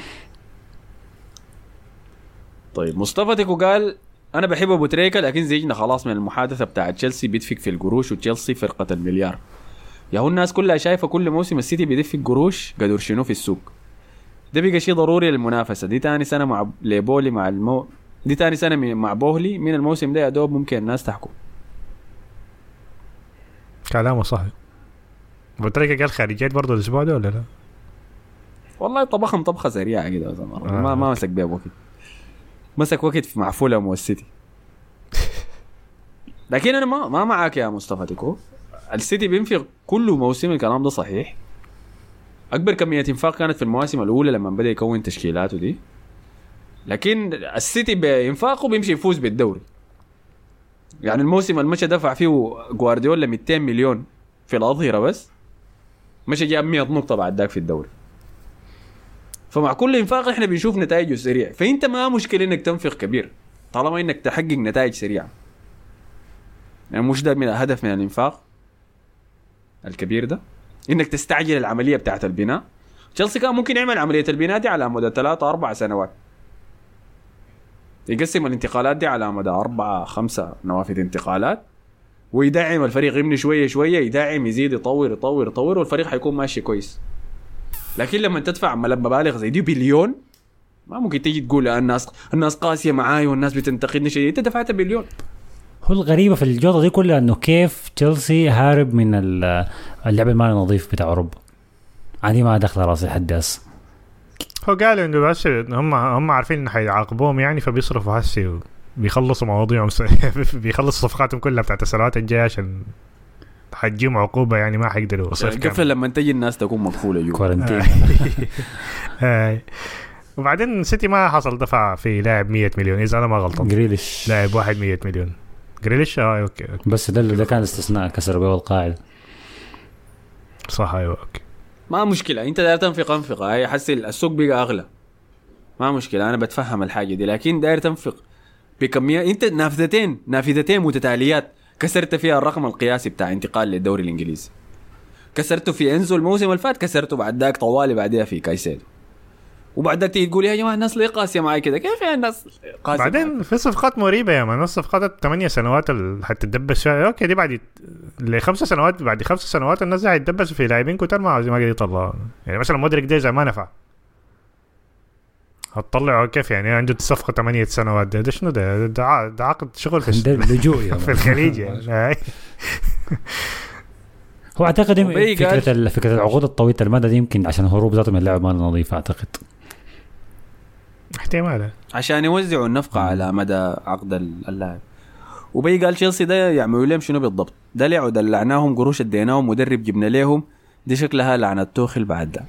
طيب مصطفى تيكو قال أنا بحب أبو تريكة لكن زيجنا خلاص من المحادثة بتاعة تشيلسي بيدفق في القروش وتشيلسي فرقة المليار. يا هو الناس كلها شايفة كل موسم السيتي بيدفق قروش قدر شنو في السوق. ده بقى شيء ضروري للمنافسة. دي تاني سنة مع ليبولي مع دي تاني سنة مع بوهلي من الموسم ده يا دوب ممكن الناس تحكم. كلامه صحيح. أبو تريكة قال خارجيات برضو الأسبوع ده ولا لا؟ والله طبخهم طبخة سريعة كده ما مسك بيه وقت. مسك وقت مع فولهام والسيتي. لكن أنا ما معاك يا مصطفى تيكو. السيتي بينفق كل موسم الكلام ده صحيح. أكبر كمية انفاق كانت في المواسم الأولى لما بدأ يكون تشكيلاته دي. لكن السيتي بينفاقه بيمشي يفوز بالدوري. يعني الموسم المشي دفع فيه غوارديولا 200 مليون في الأظهرة بس مشي جاب 100 نقطة بعد ذاك في الدوري. فمع كل انفاق احنا بنشوف نتائجه سريع. فانت ما مشكلة انك تنفق كبير طالما انك تحقق نتائج سريعة. يعني مش ده من الهدف من الانفاق الكبير ده انك تستعجل العملية بتاعت البناء. تشيلسي كان ممكن يعمل عملية البناء دي على مدى 3-4 سنوات. يقسم الانتقالات دي على مدى 4-5 نوافذ انتقالات ويدعم الفريق يبني شوية شوية يدعم يزيد يطور والفريق حيكون ماشي كويس. لكن لما تدفع مبالغ زي دي بليون ما ممكن تيجي تقول الناس قاسية معاي والناس بتنتقدني شيء. انت دفعت بليون. هو الغريبة في الجوطة دي كلها انه كيف تشيلسي هارب من اللعب المالي النظيف بتاع اوروبا. عادي ما دخل راسي حد هسه. هو قالوا انه بس هم عارفين انه حيعاقبوهم يعني فبيصرفوا هسه بيخلصوا مواضيعهم بيخلصوا صفقاتهم كلها بتاعت السنوات الجايه عشان حتجيهم عقوبه يعني ما حيقدروا صيف كامل لما تجي الناس تكون مقفوله كورنتين. وبعدين سيتي ما حصل دفع في لاعب 100 مليون اذا انا ما غلطان. جريليش لاعب واحد 100 مليون جريليش. اوكي بس ده كان استثناء كسر بيه القاعده صح. ايوه اوكي ما مشكله. انت داير تنفق هي حس السوق بقى اغلى ما مشكله انا بتفهم الحاجه دي. لكن داير تنفق بكميه انت نافذتين متتاليات كسرت فيها الرقم القياسي بتاع انتقال للدوري الانجليزي. كسرته في انزو الموسم اللي فات كسرته بعد ذاك طوالي بعدها في كايسيدو وبعد ذاك تيجي تقول يا جماعه الناس ليه قاسيه معاي كده. كيف يعني الناس قاسيه بعدين معاك؟ في صفقات مريبه يا مان. الصفقات 8 سنوات اللي حتتدبس فيها اوكي دي بعد ل5 سنوات. بعد 5 سنوات الناس حيتدبسوا في لاعبين كتار ما قدر يطلع. يعني مثلا مودريك ده زي ما نفع هتطلعه كيف يعني عنده صفقه 8 سنوات. ده شنو ده عقد شغل في اللجوء في الخليج يعني. هو اعتقد فكره العقود الطويله المدى دي يمكن عشان هروب ذاته من اللعب مال نظيف. اعتقد احتمال عشان يوزعوا النفقه على مدى عقد اللاعب. وبي قال تشيلسي ده يعملوا لهم شنو بالضبط. دلعوا دلعناهم قروش اديناهم مدرب جبنا لهم. دي شكلها لعنه توخل بعد ده.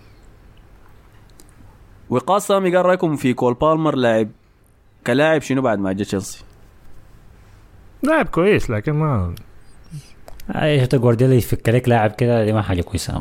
وقاص سامي قال رايكم في كول بالمر لاعب كلاعب شنو بعد ما جاء تشيلسي. لاعب كويس لكن ما شفت جوارديولا يفك لك لاعب كده دي ما حاجه كويسه.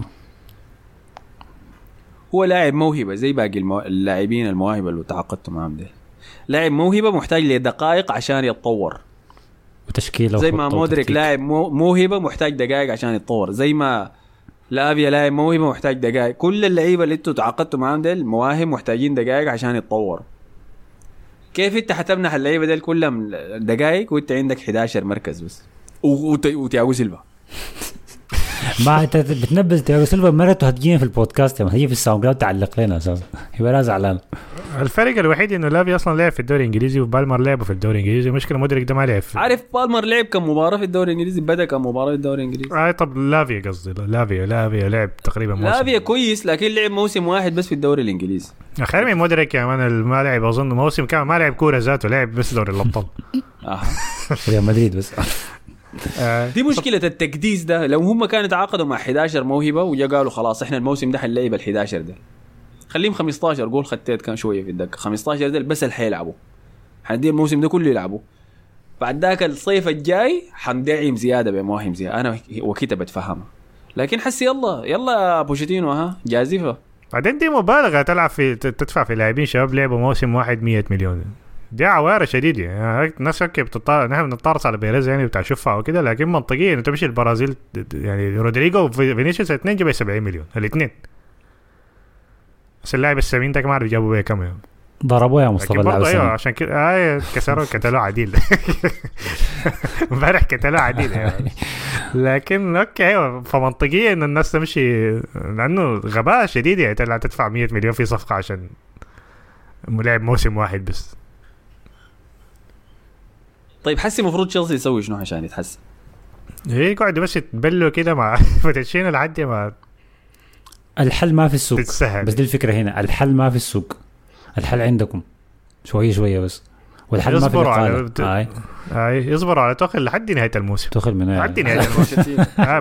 هو لاعب موهبه زي باقي اللاعبين المواهب اللي تعاقدتوا معهم ده. لاعب موهبه محتاج لدقائق عشان يتطور وتشكيله زي ما مودريك لاعب موهبه محتاج دقائق عشان يتطور. زي ما لافيا لاعب موهبه محتاج دقائق. كل اللعيبه اللي انتوا تعاقدتوا معهم ده المواهب محتاجين دقائق عشان يتطور. كيف انت حتمنح اللعيبه دي كلهم دقائق وانت عندك 11 مركز بس وتياغو سيلفا ما انت بتنبذ تياغو سيلفا مرته هتجينا في البودكاست يعني هي في الساوند كلاود تعلق لنا اساسا يبقى لا زعلان. الفرق الوحيد انه لافي اصلا لعب في الدوري الانجليزي وبالمر لعبه في الدوري الانجليزي. المشكله مودريك ده ما لعب فيه. عارف بالمر لعب كم مباراه في الدوري الانجليزي بدا كم مباراه في الدوري الانجليزي. طب لافي قصدي لافي لعب تقريبا موسم. لافي كويس لكن لعب موسم واحد بس في الدوري الانجليزي. خير من مودريك يا مان ما لعب اظن موسم كامل ما لعب كوره ذاته لعب بس دوري الابطال. ريال مدريد بس. دي مشكله التكديس ده. لو هم كانوا تعاقدوا مع 11 موهبه وجا قالوا خلاص احنا الموسم ده حنلعب ال11 ده خليهم 15 قول خطيت كان شويه في الدقه 15 ده بس اللي حيلعبوا حندي الموسم ده كله يلعبوا بعد ذاك الصيف الجاي حندعم زياده بمواهب زياده انا وكيتا بتفهمها. لكن حسي يلا بوشيتينو ها جازفه. بعدين دي مبالغه تلعب في تدفع في لاعبين شباب لعبوا موسم واحد 100 مليون. دي عوارة شديدة يعني الناس نحن بنطارس على بيريز يعني بتاع شفعة وكده لكن منطقيا انت تمشي البرازيل يعني رودريجو وفينيسيوس الاثنين جابوا 70 مليون الاثنين بس اللاعب السمين ده كمان جابوا بيه كم يعني ضربوه يا مصطفى اللاعب ايوه عشان كده كسروا كتلوا عديل امبارح كتلوا عديل يعني. لكن اوكي ايوه فمنطقيا ان الناس تمشي لانه غباء شديد يعني تدفع 100 مليون في صفقة عشان لاعب موسم واحد بس. طيب حسي مفروض تشيلسي يسوي شنو عشان يتحسن؟ ايه قاعد بس تبلوا كده مع فتشين العدي ما الحل ما في السوق تتسهل. بس دي الفكرة هنا الحل ما في السوق الحل عندكم شوية بس والحل ما في القالة يصبروا على توخل لحد نهاية الموسم توخل من لحد نهاية الموسم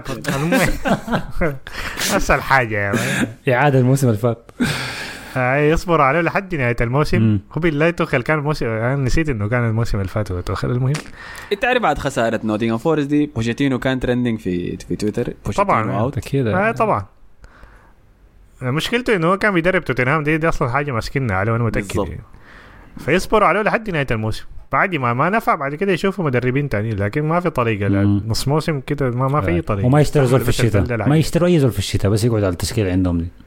أسهل حاجة يعني إعادة الموسم اللي فات يصبر عليه لحد نهاية الموسم. هو بالله توخل كان الموسم أنا نسيت إنه كان الموسم اللي فات توخل. المهم أنت عارف بعد خسارة نوتنغهام فورست دي بوشيتينو كان ترندينج في تويتر طبعا كده طبعا مشكلته إنه هو كان بيدرب توتنهام دي أصلا حاجة مسكنة عليه وأنا متأكد يعني. فيصبروا عليه لحد نهاية الموسم بعد ما نفع بعد كده يشوفوا مدربين تاني لكن ما في طريقة نص موسم كده ما في طريقة. وما يشتروا زول في الشتاء ما يشتروا أي زول في الشتاء بس يقعد على التشكيل عندهم دي.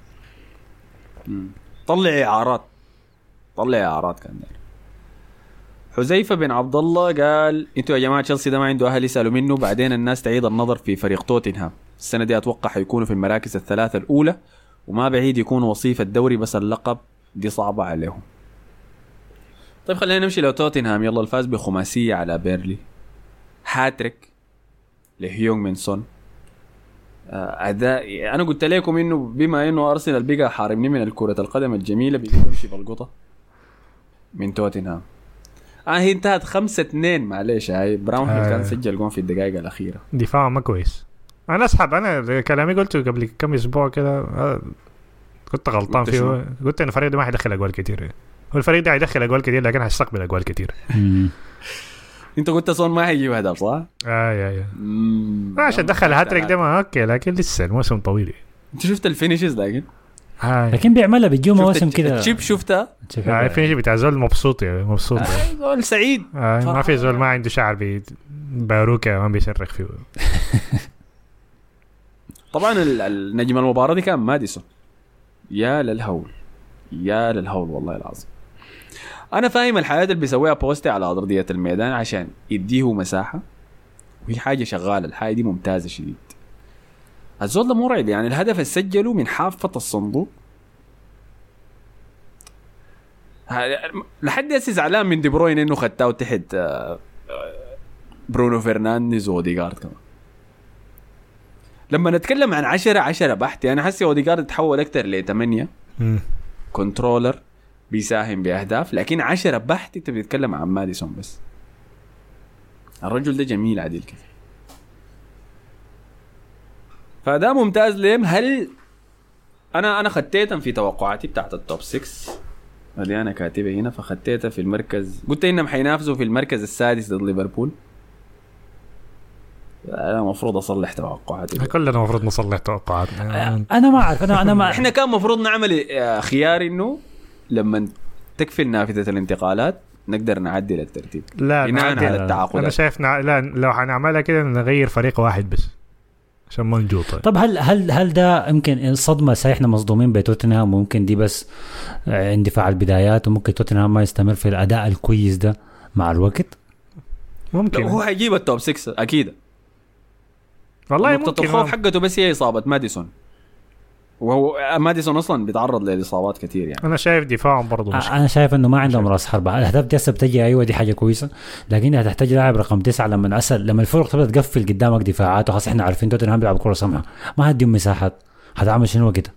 طلع إعارات كان داير. حذيفة بن عبد الله قال انتوا يا جماعة تشيلسي ده ما عنده أهل يسألوا منه بعدين الناس تعيد النظر في فريق توتنهام السنة دي أتوقع حيكونوا في المراكز الثلاثة الأولى وما بعيد يكونوا وصيف الدوري بس اللقب دي صعبة عليهم. طيب خلينا نمشي لو توتنهام يلا الفاز بخماسية على بيرلي هاتريك لهيونغ من سون أداء. أنا قلت لكم إنه بما إنه أرسنال بقى حارمني من الكرة القدم الجميلة بيجي بمشي بالقطة من توتنهام. هي انتهت 5-2 معليش هاي براون كان سجل جون في الدقائق الأخيرة. دفاع ما كويس. أنا أسحب أنا كلامي قلته قبل كم أسبوع كده كنت غلطان فيه قلت إن الفريق ده ما حيدخل أجوال كتير. هو الفريق ده حيدخل أجوال كتير لكن حيستقبل أجوال كتير. انت قلت صون ما هيجيب هدف صح؟ يا عشان دخل هاتريك ده ما اوكي لكن لسه الموسم طويل. انت شفت الفينيشز لكن بيعملها بيجيو مواسم كده تشيب شفتها؟ الفينيش بتاع زول مبسوط يعني مبسوط زول سعيد ما في زول ما عنده شعر باروكة ما بيصرخ فيه. طبعا النجم المباراة دي كان ماديسون. يا للهول والله العظيم. أنا فاهم الحياة اللي بيسويها بوستي على أرضية الميدان عشان يديه مساحة وهي حاجة شغالة. الحاجة دي ممتازة شديد. الزول ده مرعب يعني الهدف السجله من حافة الصندوق لحد ياسي زعلان من دي بروين إنه خدتاه تحت برونو فرنانديز وأوديغارد كمان. لما نتكلم عن 10 بحت يعني حسي أوديغارد تحول أكتر ل8 كنترولر بيساهم بأهداف لكن 10 بحت انت بتتكلم عن ماديسون بس. الرجل ده جميل عديل كده فده ممتاز ليم. هل انا خديتهم في توقعاتي بتاعت التوب 6 اللي انا كاتبه هنا فخديتها في المركز قلت انهم حينافسوا في المركز السادس ضد ليفربول. انا المفروض اصلح توقعاتي كلنا المفروض نصلح توقعاتنا. انا ما اعرف انا ما احنا كان المفروض نعمل خيار انه لما تكفي نافذة الانتقالات نقدر نعدل الترتيب. لا نعدل التعاقدات. انا شايف لا لو حنعملها كده نغير فريق واحد بس عشان ما نجوط. طب هل ده يمكن الصدمه احنا مصدومين بتوتنهام وممكن دي بس اندفاع البدايات وممكن توتنهام ما يستمر في الاداء الكويس ده مع الوقت؟ ممكن هو هيجيب التوب 6 اكيد والله نقطة ممكن الخوف حقته بس هي إصابة ماديسون، وهو ماديسون أصلا بيتعرض لإصابات كتير يعني. انا شايف دفاعهم برضو مشكلة. انا شايف انه ما عندهم راس حربة. الاهداف دي هسه بتجي، ايوه دي حاجه كويسه، لكنها تحتاج لاعب رقم 9 لما الفرق تبدا تقفل قدامك دفاعات، وخاصه احنا عارفين توتنهام بيلعب كره سمحه، ما هديهم مساحات، هتعمل شنو كده؟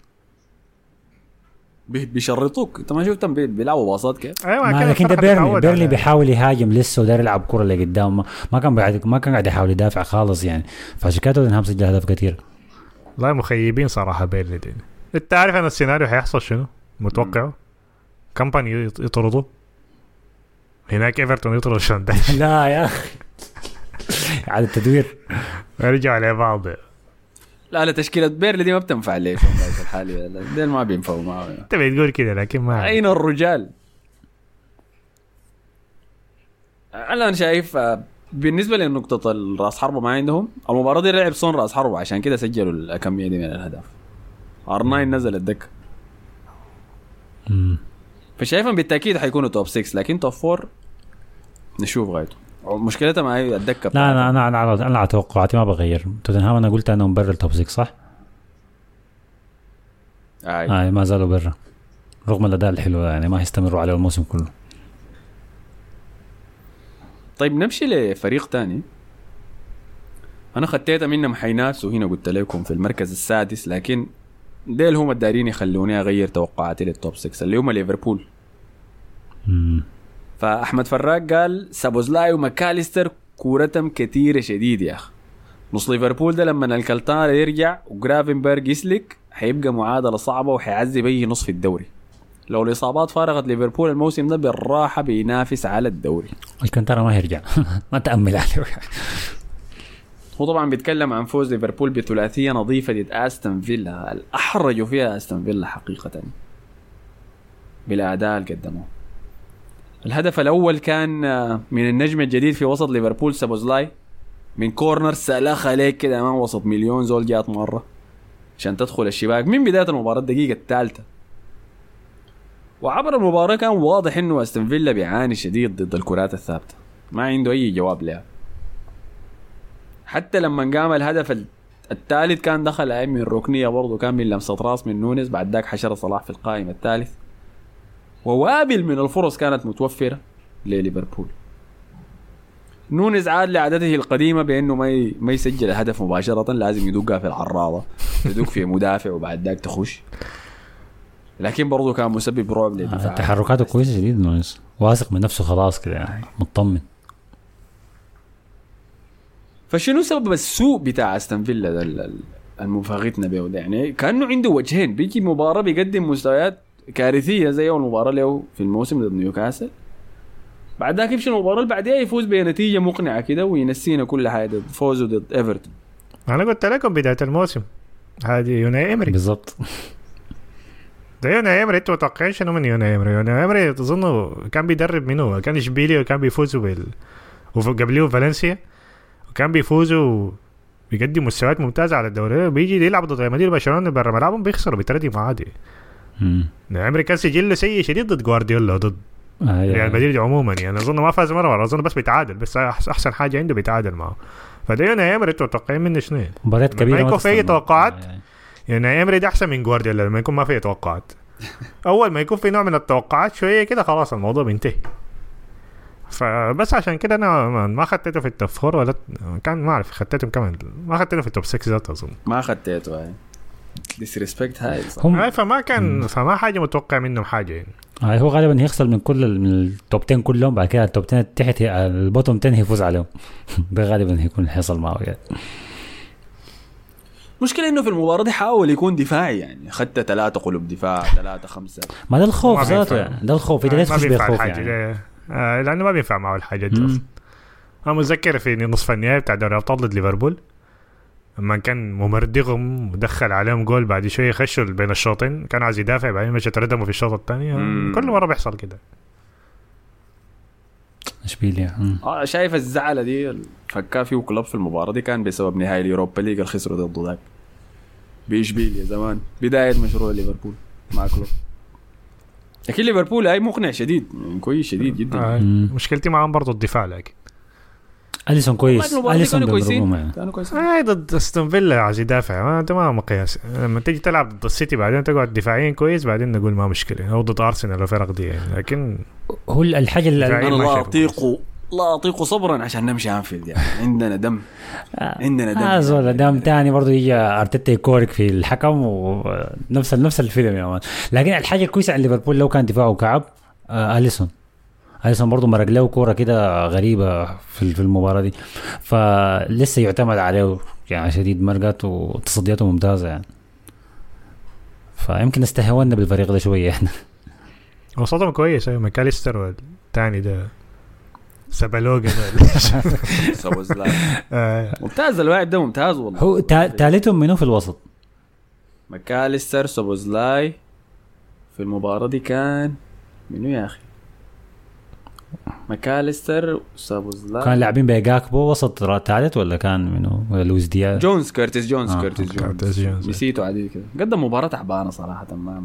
بيشرطوك. انت ما شفتهم بيلعبوا باصات كيف؟ ايوه لكن ده بيرلي بيحاول يهاجم لسه وداير يلعب كره اللي قدام، ما كان قاعد يحاول يدافع خالص يعني، فعشان كده توتنهام سجل اهداف كثير. والله مخيبين صراحه بيرلي دي. انت عارف انا السيناريو هيحصل شنو متوقعه؟ كمباني يطردوا هناك، ايفرتون يطرد شاندايش لا يا اخي على التدوير يرجع لبعض. لا تشكيلة بيرلي دي ما بتنفع ليه في الحالة دي، ما بينفعوا معه. انت بتقول كده لكن ما أين الرجال؟ أنا شايف بالنسبة لنقطة الرأس حربة ما عندهم، المباراة دي لعب صون رأس حربة عشان كده سجلوا الكمية دي من الأهداف. R9 نزل الدكة، فشايفهم بالتأكيد حيكونوا توب 6، لكن توب 4 نشوف غايته. مشكلتها مع الدكة. لا انا على توقعاتي ما بغير. توتنهام انا قلت انهم برا التوب 6 صح؟ ما زالوا برا رغم الاداء الحلو يعني، ما هيستمروا عليه الموسم كله. طيب نمشي لفريق تاني انا خديتها منهم حينافسوا هنا، قلت لكم في المركز السادس، لكن ديل هم الدارين يخلوني اغير توقعاتي للتوب 6 اللي هم ليفربول. فاحمد فراج قال سابوزلاي وماكاليستر كورتهم كتيرة شديد يا اخ. نص ليفربول ده لما الكالتانا يرجع وغرافنبرغ يسلك حيبقى معادلة صعبة وحيعذب اي نص في الدوري. لو الإصابات فارغت ليفربول الموسم ده بالراحة بينافس على الدوري. الكانتارا ما هيرجع ما تأمل عليه. هو طبعا بيتكلم عن فوز ليفربول بثلاثية نظيفة ضد أستون فيلا، الأحرجوا فيها أستون فيلا حقيقة بالأداء اللي قدموه. الهدف الأول كان من النجم الجديد في وسط ليفربول سابوزلاي، من كورنر سلاخة عليك كده أمام وسط مليون زول جات مرة عشان تدخل الشباك من بداية المباراة الدقيقة الثالثة. وعبر المباراة كان واضح إنه أستون فيلا بيعاني شديد ضد الكرات الثابتة، ما عنده أي جواب لها. حتى لما قام الهدف الثالث كان دخل من الركنية برضو، كان من لمسة راس من نونيز، بعد ذاك حشر صلاح في القائمة الثالث، ووابل من الفرص كانت متوفرة لليفربول. نونيز عاد لعادته القديمة بأنه ما يسجل الهدف مباشرة، لازم يدقها في العراضة، يدق في مدافع وبعد ذاك تخش، لكن برضو كان مسبب رعب للدفاع. تحركاته كويسة جديد نونيز، واثق من نفسه خلاص كده يعني مطمن. فشنو سبب السوء بتاع استون فيلا المفاغتنا به ده؟ يعني كانه عنده وجهين، بيجي مباراة بيقدم مستويات كارثية زي أول مباراة له في الموسم ضد نيوكاسل، بعد ذاك يمشي المباراة اللي بعدها يفوز بنتيجة مقنعة كده وينسينا كل حاجة، فوزه ضد ايفرتون. أنا قلت لكم بداية الموسم هذه يوناي إمري بالضبط. ده يوناي إمري، انتوا متوقعين شنو من يوناي إمري؟ يوناي إمري تظنوا كان بيدرب منو؟ كان إشبيلية وكان بيفوزوا وقبليه فالنسيا وكان بيفوزوا بيقدم مستويات ممتازة على الدوري، بيجي يلعب ضد ريال مدريد برشلونة برا ملعبهم بيخسروا بتردي عادي. عمري كان سجل سيء شديد ضد جوارديولا ضد ريال مدريد عموما، يعني اظن ما فاز مرة، اظن بس بيتعادل، بس احسن حاجة عنده بيتعادل معه. فده يوناي إمري توقعين منه شنو؟ مباريات كبيرة ما يكون في اي توقعات. يوناي إمري ده احسن من جوارديولا لما يكون ما في توقعات. اول ما يكون في نوع من التوقعات شوية كده خلاص الموضوع بينتهي. فبس عشان كده انا ما خدته في التوب 4 ولا كان ما اعرف خدته كمان، ما خدته في التوب 6 ذات اظن ما خدته هاي ديسريسبكت هاي فما كان فما حاجه متوقع منهم حاجه يعني. هو غالبا هيخسر من كل من التوب 10 كلهم، بعد كده التوب 10 تحت البوتوم 10 هيفوز عليهم. ده غالبا هيكون حصل معه يعني. مشكلة انه في المباراة دي حاول يكون دفاعي، يعني خدت 3 قلوب دفاع 3-5. ما ده الخوف ذاته يعني، ده الخوف اذا تخش بالخوف يعني. لانه ما بينفع معه الحاجات دي اصلا. انا متذكر في نصف النهائي بتاع دوري الابطال ضد ليفربول لما كان ممردغهم ودخل عليهم جول، بعد شويه خشوا بين الشوطين كان عايز يدافع، بعدين مشى تردموا في الشوط الثاني. كل مره بيحصل كده. اشبيليا شايف الزعلة دي فكا فيه كلوب في المباراة دي كان بسبب نهائي اليوروبا ليج الخسروا ضد ذاك بإشبيليا زمان، بداية مشروع ليفربول مع كلوب. لكن ليفربول هاي مقنع شديد يعني، كويس شديد جدا. مشكلتي معهم برضو الدفاع، لكن أليسون كويس، أليسون كويسين يعني. كانوا كويسين. ضد استون فيلا عايز يدافع ما تمام مقياس. لما تيجي تلعب ضد السيتي بعدين تقعد دفاعيا كويس بعدين نقول ما مشكله، او ضد ارسنال الفرق دي يعني. لكن هو الحاجه اللي دفاعياً انا ما لا شافوا اطيق لا اطيق صبرا عشان نمشي انفيلد يعني. عندنا دم عندنا دم زول دام تاني برضو يجي ارتيتا يكورك في الحكم ونفس الفيلم يا مان. لكن الحاجه الكويسه عن ليفربول لو كان دفاعه كعب أليسون برضو مرق له كوره كده غريبه في المباراه دي، فلسه يعتمد عليه يعني شديد، مرقات وتصدياته ممتازه يعني. فيمكن استهونا بالفريق ده شويه احنا. وسطهم كويس ماكاليستر والثاني ده سبالوغا سوبوزلاي ممتاز الواحد ده ممتاز والله. هو ثالثهم منو في الوسط؟ ماكاليستر سوبوزلاي في المباراة دي كان منو يا أخي؟ ماكاليستر سوبوزلاي كان لاعبين بيجاكبو وسط ثالث ولا كان منو ولا لويس دياز؟ كيرتيس جونز نسيته عادي كده. قدم مباراة تعبانة صراحة ما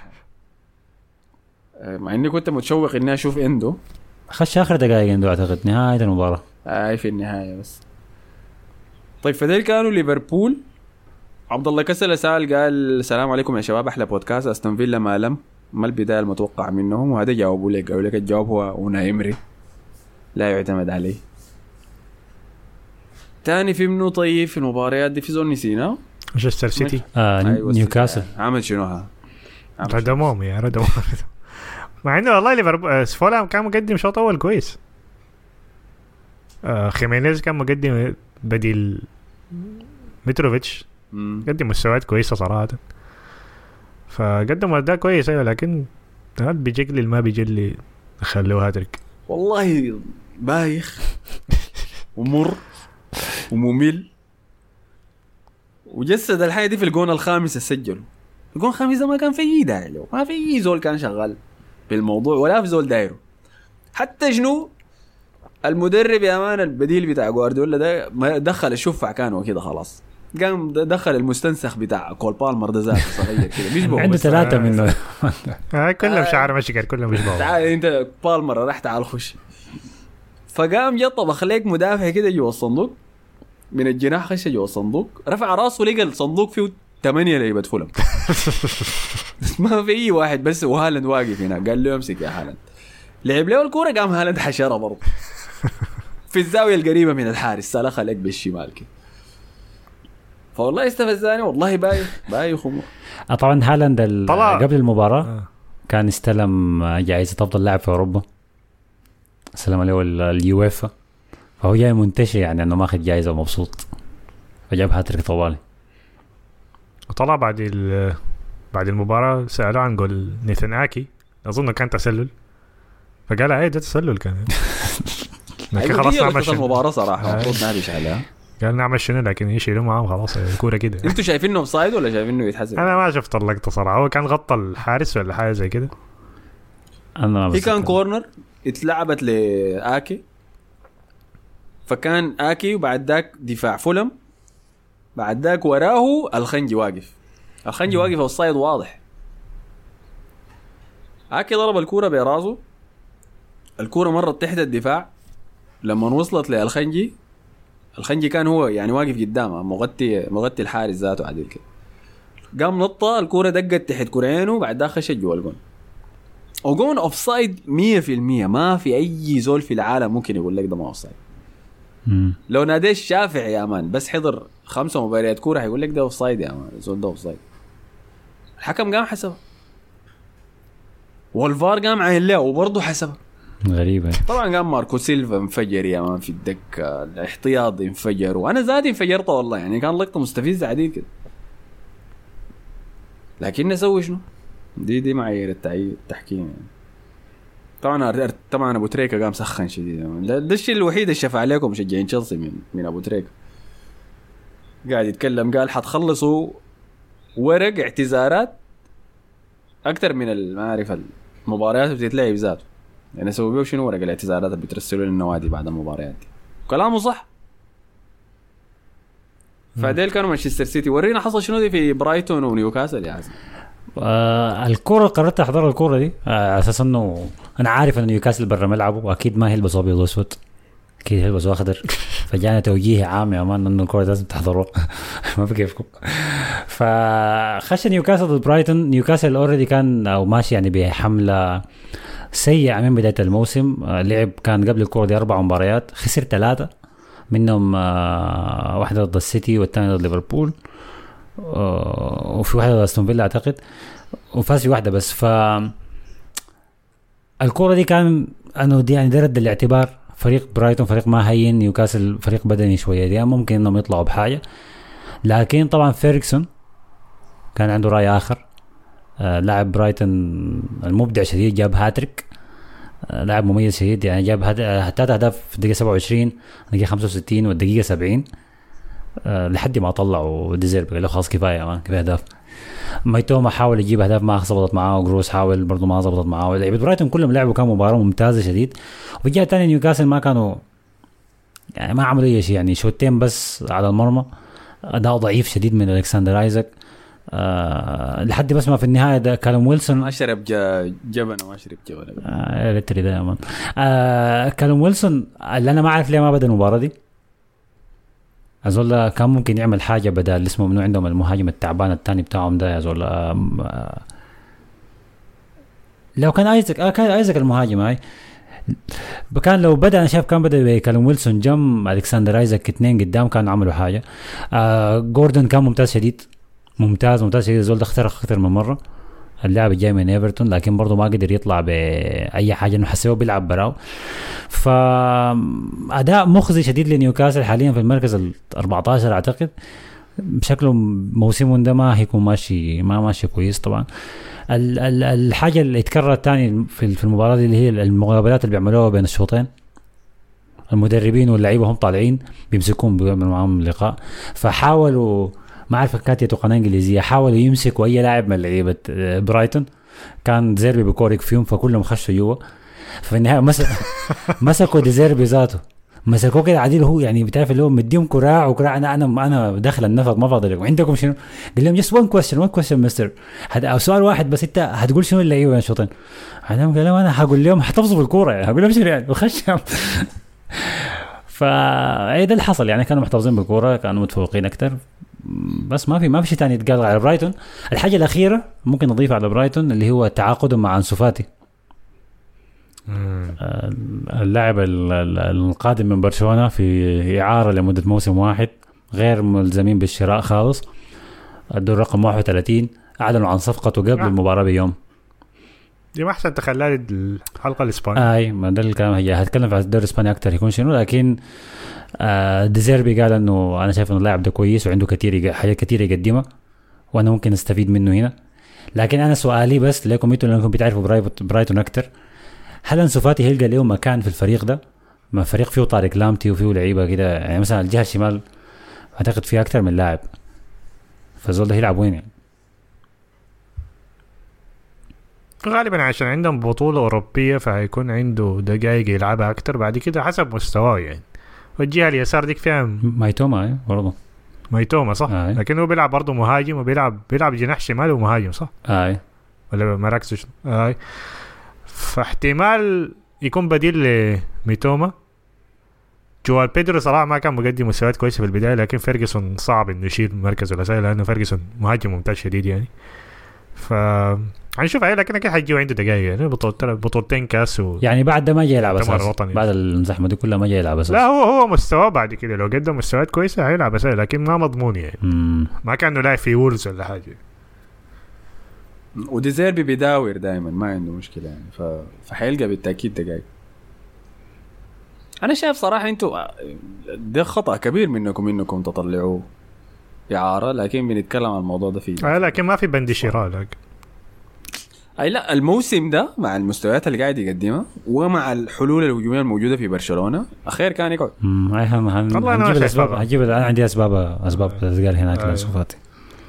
مع إني كنت متشوق إني أشوف إندو خش آخر دقائق عنده أعتقد نهاية المباراة في النهاية بس. طيب فديل كانوا ليفربول. عبد الله كسل سأل قال السلام عليكم يا شباب، أحلى بودكاست. أستون فيلا ما البداية المتوقع منهم؟ وهذا جاوبوا لك، قالوا لك الجواب هو أوناي إمري لا يعتمد عليه. تاني في منه طيب في المباريات دي في زون نسينا مانشستر سيتي أيوة نيوكاسل عمل شنوها ردموهم يا ردموهم مع انه والله ليفربول فولهام كان مقدم شوط اول كويس. خيمينيز كان مقدم بديل متروفيتش قدم مستويات كويسه صراحه، فقدموا اداء كويس ايوه. لكن هل بيجلي ما بيجلي خلوه هاتريك والله بايخ ومر وممل. وجسد الحاجه دي في الجون الخامس السجل. الجون الخامس ده ما كان فيه داعي له، ما في زول كان شغال بالموضوع ولا في زول دايره. حتى شنو المدرب يا مان البديل بتاع جوارديولا ده ما دخل الشفع كانوا كده خلاص، قام دخل المستنسخ بتاع كول بالمر ده ذاته صغير كده بيشبه عنده ثلاثة منه كلهم شعر مشكل كلهم بيشبهوا. تعال انت بالمر راح تعال خش، فقام جطبخ ليك مدافع كده جوا الصندوق من الجناح، خش جوا الصندوق رفع راسه لقى الصندوق فيه 8 لعيبه فولم ما في اي واحد بس، وهالاند واقف هنا قال له امسك يا هالاند، لعب له الكوره قام هالاند حشره برضه في الزاويه القريبه من الحارس سلخ لك بالشمال كده. فوالله استفزاني والله بايخ طبعا هالاند قبل المباراه كان استلم جائزه افضل لاعب في اوروبا، استلم عليه اليويفا، فهو جاي منتشي يعني انه ماخذ جائزه ومبسوط، فجاب هاتريك طوالي. وطلع بعد المباراة سألوا عن جول نيثان آكي، أظن كان تسلل، فقال ده تسلل كان لكن خلاص نعمل المباراة صراحة المفروض نعرش عليها، قال نعمل شنو لكن يشيلوا معهم خلاص الكورة كده. انتوا شايفينه اوفسايد ولا شايفينه يتحسب؟ أنا ما شفت اللقطة صراحة، هو كان غطى الحارس ولا حاجة زي كده. في كان كورنر اتلعبت لآكي، فكان آكي وبعد ذاك دفاع فولم، بعد ذاك وراه الخنجي واقف اوفسايد واضح. آكي ضرب الكورة براسه، الكورة مرت تحت الدفاع، لما وصلت للخنجي الخنجي كان هو يعني واقف قدامه مغطي الحارس ذاته عديل كده، قام نطة الكورة دقت تحت كرعينه، بعد ذاك خشت جوا الجون. وجون اوفسايد 100%، ما في اي زول في العالم ممكن يقول لك ده ما اوفسايد. لو نادي الشافعي يا مان بس حضر 5 مباريات كورة هيقول لك ده اوفسايد يا مان، زول ده اوفسايد. الحكم قام حسبه والفار قام عين له وبرضه حسبه. غريبة. طبعا قام ماركو سيلفا انفجر يا مان في الدكة، الاحتياط انفجر، وانا زادي انفجرت والله، يعني كان لقطة مستفزة عديد كده. لكن نسوي شنو؟ دي معايير التحكيم يعني. طبعا ابو تريكة قام سخن شديد، ده الشيء الوحيد اللي شفع عليكم مشجعين تشيلسي من ابو تريكة، قاعد يتكلم قال حتخلصوا ورق اعتذارات اكثر من ما اعرف المباريات بتتلعب ذاته، يعني سووا شنو ورق الاعتذارات اللي بترسلوا للنوادي بعد المباريات دي. كلامه صح. فديل كانوا مانشستر سيتي، ورينا حصل شنو دي في برايتون ونيوكاسل يا عزيز. الكرة قررت احضر الكرة دي على اساس انه انا عارف ان نيوكاسل برا ملعبه واكيد ما هي البس ابيض واسود، اكيد يلبسوا اخضر. فجانا توجيه عام يا مان انه الكوره لازم تحضروه. ما بكيفكم. فخش نيوكاسل ضد برايتون. نيوكاسل اوريدي كان او ماشي يعني بحمله سيئه من بدايه الموسم. لعب كان قبل الكوره دي 4 مباريات، خسر 3 منهم، واحده ضد السيتي والثانيه ضد ليفربول، وفي واحده ضد استون فيلا اعتقد، وفاز في واحده بس. ف الكوره دي كان انه دي يعني رد الاعتبار. فريق برايتون فريق ما هين، نيوكاسل فريق بدني شويه، دي ممكن انهم يطلعوا بحاجه. لكن طبعا فيرغسون كان عنده راي اخر. لاعب برايتون المبدع شديد، جاب هاتريك، لاعب مميز شديد يعني. جاب 3 أهداف في الدقيقه 27 الدقيقه 65 والدقيقه 70 لحد ما طلعوا ديزيربي. قال له خلاص كفايه كفايه اهداف. مايتوما حاول يجيب اهداف ما ظبطت معاه، وجروس حاول برضه ما ظبطت معاه. لعيبه برايتون كلهم لعبوا كان مباراه ممتازه شديد. وفي الجهه الثانيه نيوكاسل ما كانوا يعني ما عملوا اي شيء يعني، شوتين بس على المرمى، اداء ضعيف شديد من الكسندر ايزاك. لحد بس ما في النهايه ده كالوم ويلسون اشرب جبن وما اشرب جبن. ريتري دائما. كالوم ويلسون اللي انا ما اعرف ليه ما بدا المباراه دي. أزول كان ممكن يعمل حاجة بدل اسمه منو عندهم المهاجم التعبان الثاني بتاعهم ده. أزول لو كان ايزاك كان ايزاك المهاجم هاي كان لو بدأ أنا شايف كان بدأ بكالوم ويلسون جم ألكسندر ايزاك 2 قدام كان عملوا حاجة. جوردن كان ممتاز شديد، ممتاز شديد. زول ده اخترق أكثر من مرة اللاعب جاي من ايفرتون، لكن برضه ما قدر يطلع بأي حاجة انه حسيوه بيلعب براو. فأداء مخزي شديد لنيوكاسل حاليا في المركز 14 اعتقد. بشكله موسمهم ده ما هيكون ماشي كويس طبعا. الحاجة اللي اتكررت تاني في المباراة دي اللي هي المقابلات اللي بيعملوها بين الشوطين. المدربين واللعيبة هم طالعين بيمسكون بيعملوا معهم لقاء. فحاولوا ما أعرف كانت قناة إنجليزية حاولوا يمسكوا أي لاعب من لعيبة برايتون، كان ديزيربي بكوريك فيهم فكلهم خشوا جوا. في النهاية مسكوا ديزيربي ذاته، مسكوه كده عديل هو يعني بتعرف اللي هو مديهم كراع وكراع. أنا داخل النفق ما فاضل لكم، عندكم شنو؟ قال لهم just one question مستر، أو سؤال واحد بس، أنت هتقول شنو اللعيبة بين الشوطين؟ قال لهم أنا هقول لهم حتفظوا بالكورة يعني، هقول لهم شنو يعني وخش. فايه ده اللي حصل يعني، كانوا محتفظين بالكورة، كانوا متفوقين أكتر. بس ما في شيء تاني يتقال على برايتون. الحاجة الأخيرة ممكن نضيف على برايتون اللي هو تعاقدهم مع أنسو فاتي، اللاعب القادم من برشلونة في إعارة لمدة موسم واحد، غير ملزمين بالشراء خالص. الدور رقم 31 أعلنوا عن صفقته قبل المباراة بيوم. دي ما أحسن تخلالي الحلقة الإسبانية. ما ده الكلام. هي هتكلم في الدوري الإسباني أكتر يكون شنو، لكن ديزيربي قال انه انا شايف انه اللاعب ده كويس وعنده حاجات كتير يقدمها وانا ممكن استفيد منه هنا. لكن انا سؤالي بس لكم انتوا لانكم بتعرفوا برايتون اكتر، هل أنسو فاتي هيلقى له مكان في الفريق ده؟ ما فريق فيه طارق لامتي وفيه لعيبه كده يعني، مثلا الجهه الشمال اعتقد فيه اكتر من لاعب، فالزول ده هيلعب وين يعني؟ غالبا عشان عندهم بطولة أوروبية فهيكون عنده دقائق يلعبها أكتر بعد كده حسب مستواه يعني. والجهة اليسار ديك فيها مايتوما برضه مايتوما صح؟ لكن هو بيلعب برضه مهاجم وبيلعب جناح شمال ومهاجم صح؟ ولا مراكزه فاحتمال يكون بديل لميتوما. جوال بيدرو صراحة ما كان مقدم مستويات كويسة في البداية، لكن فيرغسون صعب انه يشيل مركزه الأساسي لأنه فيرغسون مهاجم ممتاز شديد يعني. هنشوف عليه، لكن اكيد حيجيو عنده دقائق يعني، بطولتين كاس يعني بعد ده ما جاي يلعب اساسا بعد الزحمه دي كلها ما جاي يلعب اساسا. لا هو مستواه بعد كده لو قدم مستويات كويسه هيلعب اساسا، لكن ما مضمون يعني. ما كانه لاعب في وولز ولا حاجه. وديزيربي بيداور دائما ما عنده مشكله يعني، فحيلقى بالتاكيد دقائق. انا شايف صراحه انتوا ده خطا كبير انكم تطلعوه اعاره، لكن بنتكلم عن الموضوع ده فيه لكن ما في بند شراء لك. اي لا الموسم ده مع المستويات اللي قاعد يقدمها ومع الحلول الهجوميه الموجوده في برشلونه اخير كان يقعد. هنجيب الاسباب، انا عندي اسباب تتقال هناك للصفاتي.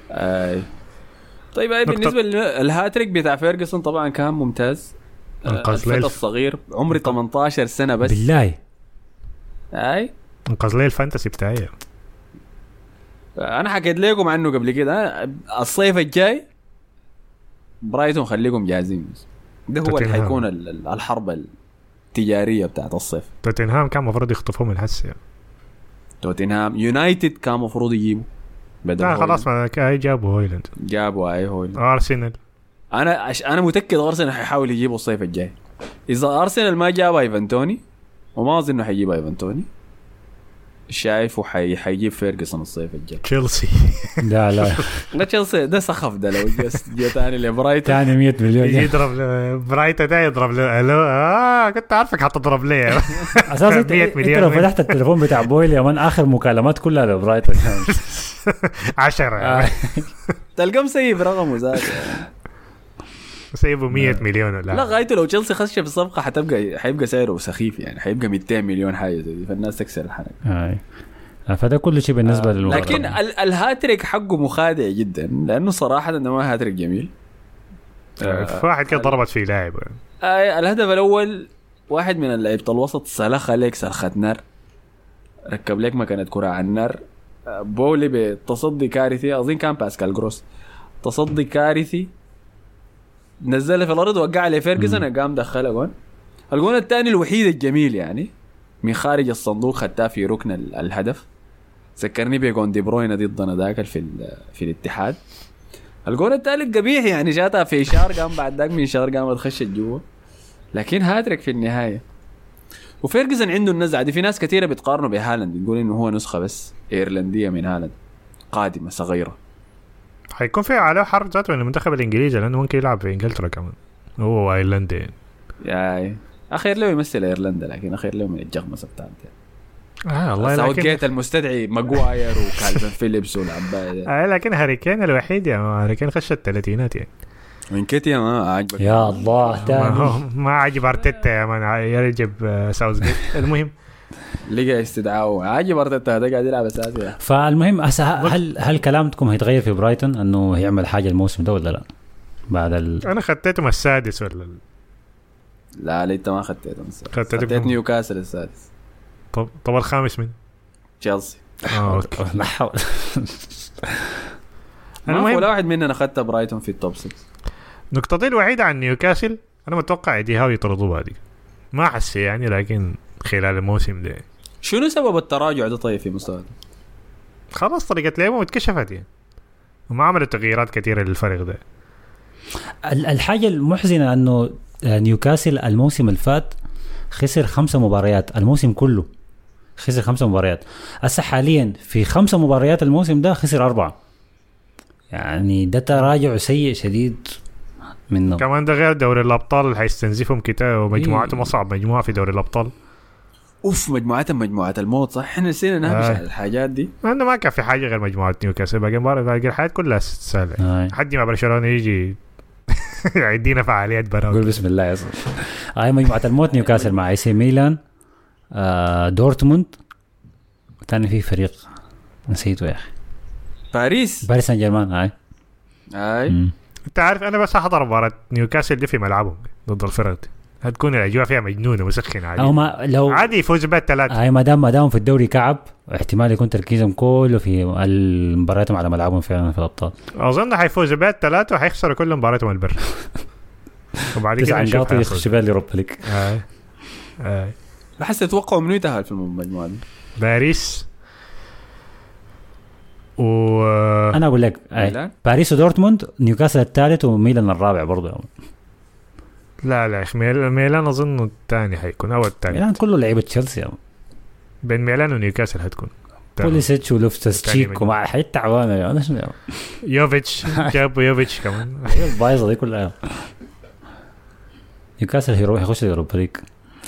طيب بالنسبه للهاتريك بتاع فيرغسون طبعا كان ممتاز. الفتى الصغير عمري 18 سنه بس بالله. انقذ لي الفانتسي بتاعي. انا حكيت لكم عنه قبل كده. الصيف الجاي برايتون خليكم جاهزين، ده هو اللي حيكون الحرب تجاريه بتاعت الصيف. توتنهام كان المفروض يخطفوه من هسه يعني. توتنهام يونايتد كان المفروض يجيبوا بدل لا خلاص ما كان جابوا هويلاند. جابوا اي هويلاند. ارسنال انا متاكد ارسنال حيحاول يجيبوا الصيف الجاي. اذا ارسنال ما جاب ايفان توني وما اظن انه حيجيب ايفان توني شايفه حيجيب فيرجسون الصيف الجاي. تشيلسي لا تشيلسي ده سخف ده لو جاء ثاني لبرايتون ثاني 100 مليون يضرب برايتون ده يضرب له كنت عارفك حتضرب ليه اساسا انت لو فتحت التليفون بتاع بويل يا مان اخر مكالمات كلها لبرايتون 10 تلقى مسيب رقمه ذاته سيبوا 100 مليون ولا لا غايته لو تشيلسي خش في الصفقه حيبقى سعره سخيف يعني حيبقى 200 مليون حاجه زي دي فالناس تكسر الحنك. فده كل شيء بالنسبه للمباراه. لكن الهاتريك حقه مخادع جدا لانه صراحه انه ما هاتريك جميل. واحد كده ضربت فيه لاعب. الهدف الاول واحد من اللعيبه الوسط سلخ عليك سلخه نار ركب لك مكانه كره على النار بولي بتصدي كارثي اظن كان باسكال جروس تصدي كارثي نزله في الارض وقع عليه فيرجسون قام دخله جون. الجون الثاني الوحيد الجميل يعني من خارج الصندوق خداه في ركن الهدف ذكرني بجون دي بروين ضدنا ذاك في الاتحاد. الجون الثالث قبيح يعني جاتها في اشار قام بعد ذاك من اشار قام تخش جوا لكن هاتريك في النهايه. وفيرجسون عنده النزعه دي في ناس كثيره بتقارنه بهالاند يقول انه هو نسخه بس ايرلنديه من هالاند قادمه صغيره. حيكون في عليه حرب ذاته من المنتخب الانجليزي لانه ممكن يلعب في انجلترا كمان هو ايرلندي يا اخير له يمثل ايرلندا لكن اخير له من الجغمسه بتاعته. والله لكن جيت المستدعي ماغواير وكالفن فيليبس والعباية لكن هاري كين الوحيد يا هاري كين خش الثلاثينات يعني وين كيتيا ما عجبك يا الله ما عجب ارتيتا يا مان يرجب ساوثجيت. المهم لقى استدعاء عاجب ارتيتا هذا قاعد يلعب اساسي. فالمهم هل كلامكم هيتغير في برايتون انه هيعمل حاجه الموسم ده ولا لا بعد انا خديتهم السادس ولا لا انت ما خديتهم خديت نيوكاسل السادس. طب الخامس من تشيلسي. اوكي لا حول. المهم ولا واحد مننا خدت برايتون في التوب 6. نقطتي الوحيده عن نيوكاسل انا متوقع دي هاو يطردوا هذه ما احس يعني لكن خلال الموسم ده شنو سبب التراجع ده طيب في مستوى خلاص طريقه لعبهم اتكشفت يعني وما عملوا تغييرات كثيره للفريق ده. الحاجه المحزنه انه نيوكاسل الموسم الفات خسر 5 مباريات الموسم كله خسر 5 مباريات. هسه حاليا في 5 مباريات الموسم ده خسر 4 يعني ده تراجع سيء شديد منه. كمان ده غير دوري الابطال اللي حيستنزفهم كتاب ومجموعتهم اصعب مجموعه في دوري الابطال. مجموعه الموت صح احنا نسينا نهبش على الحاجات دي. ما ما كان في حاجه غير مجموعه نيوكاسل باقي الحياه كلها سهله حد ما برشلونه يجي يدينا فعاليات براو قول بسم الله يا صاحبي. هاي مجموعه الموت نيوكاسل مع اي سي ميلان دورتموند وثاني في فريق نسيته يا اخي باريس سان جيرمان. هاي انت عارف انا بس احضر مباراه نيوكاسل دي في ملعبهم ضد الفرق دي هتكون الاجواء فيها مجنونه مسخنه عادي. لو عادي يفوز بال3 هاي ما دام في الدوري كعب احتمال يكون تركيزهم كله في المباريات على ملعبهم فعلا في الابطال. اظن حيفوز بال3 وحيخسروا كل مبارياتهم البر وبعد كده نشوف يخش بال اوروبا ليج. بحس اتوقعوا منو يتاهل في المجموعه دي باريس انا اقول لك باريس ودورتموند نيوكاسل الثالث وميلان الرابع برضه. لا ميلان اظن الثاني حيكون او الثاني. ميلان كله لعيبه تشيلسي بين ميلان ونيوكاسل هتكون بوليسيتش ولوفتس تشيك ومع حي تعبانه يا انا شنو يوفيتش جابوا يوفيتش كمان البايظه دي كلها. نيوكاسل هيروح يخش الأوروبا ليج.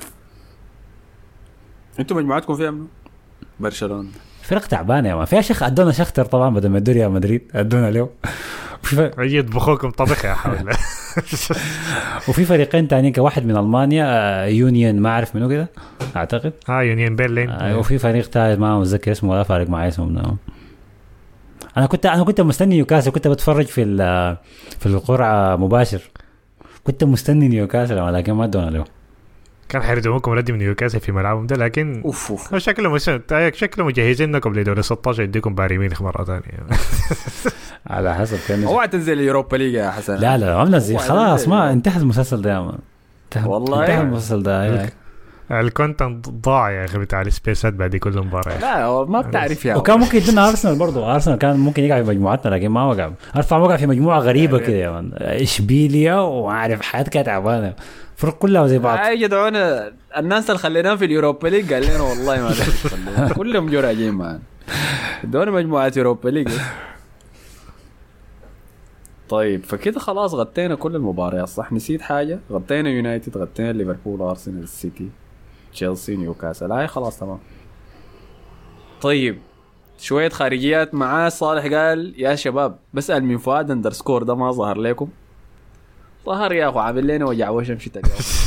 انتوا مجموعتكم فيها منو؟ برشلونه فرق تعبانه يا ما فيها شيخ. ادونا شختر طبعا بدل ما يدور يا مدريد ادونا له يطبخوكم طبخ يا حول. وفي فريقين تانيين كواحد من المانيا يونيون ما اعرف منو كده اعتقد يونيون برلين. وفي فريق ثالث ما متذكر اسمه ولا فارق معي اسمه. انا كنت مستني نيوكاسل كنت بتفرج في القرعه مباشر كنت مستني نيوكاسل لكن ما ادونا له. كان حيردموكم ردي من نيوكاسل في ملعبهم ده لكن شكله مجهزين لكم لدوري 16 يديكم بايرن ميونخ مره ثانيه. على حسب كان اوعى تنزل اليوروبا ليج يا حسن. لا ما منزل خلاص ما انتهى المسلسل ده والله انتهى المسلسل ده. الكونتنت ضاع يا اخي بتاع السبيسات بعد كل مباراه. لا هو ما بتعرف يا وكان ممكن يدنا ارسنال برضه. ارسنال كان ممكن يقع في مجموعتنا لكن ما وقع. ارسنال وقع في مجموعه غريبه كده يا مان. اشبيليا وعارف حياتك كانت تعبانه. فرق كلها زي بعض. يا جدعونا الناس اللي خليناهم في اليوروبا ليج قال لنا والله ما دخل كلهم جو راجعين معنا. دون مجموعات يوروبا ليج. طيب فكده خلاص غطينا كل المباريات صح؟ نسيت حاجه؟ غطينا يونايتد، غطينا ليفربول، ارسنال، السيتي، تشيلسي، نيوكاسل. هاي خلاص تمام. طيب شويه خارجيات معاه. صالح قال يا شباب بسأل من فؤاد اندرسكور ده ما ظهر لكم؟ ظهر يا اخو عامل لنا وجع وشم شتاء.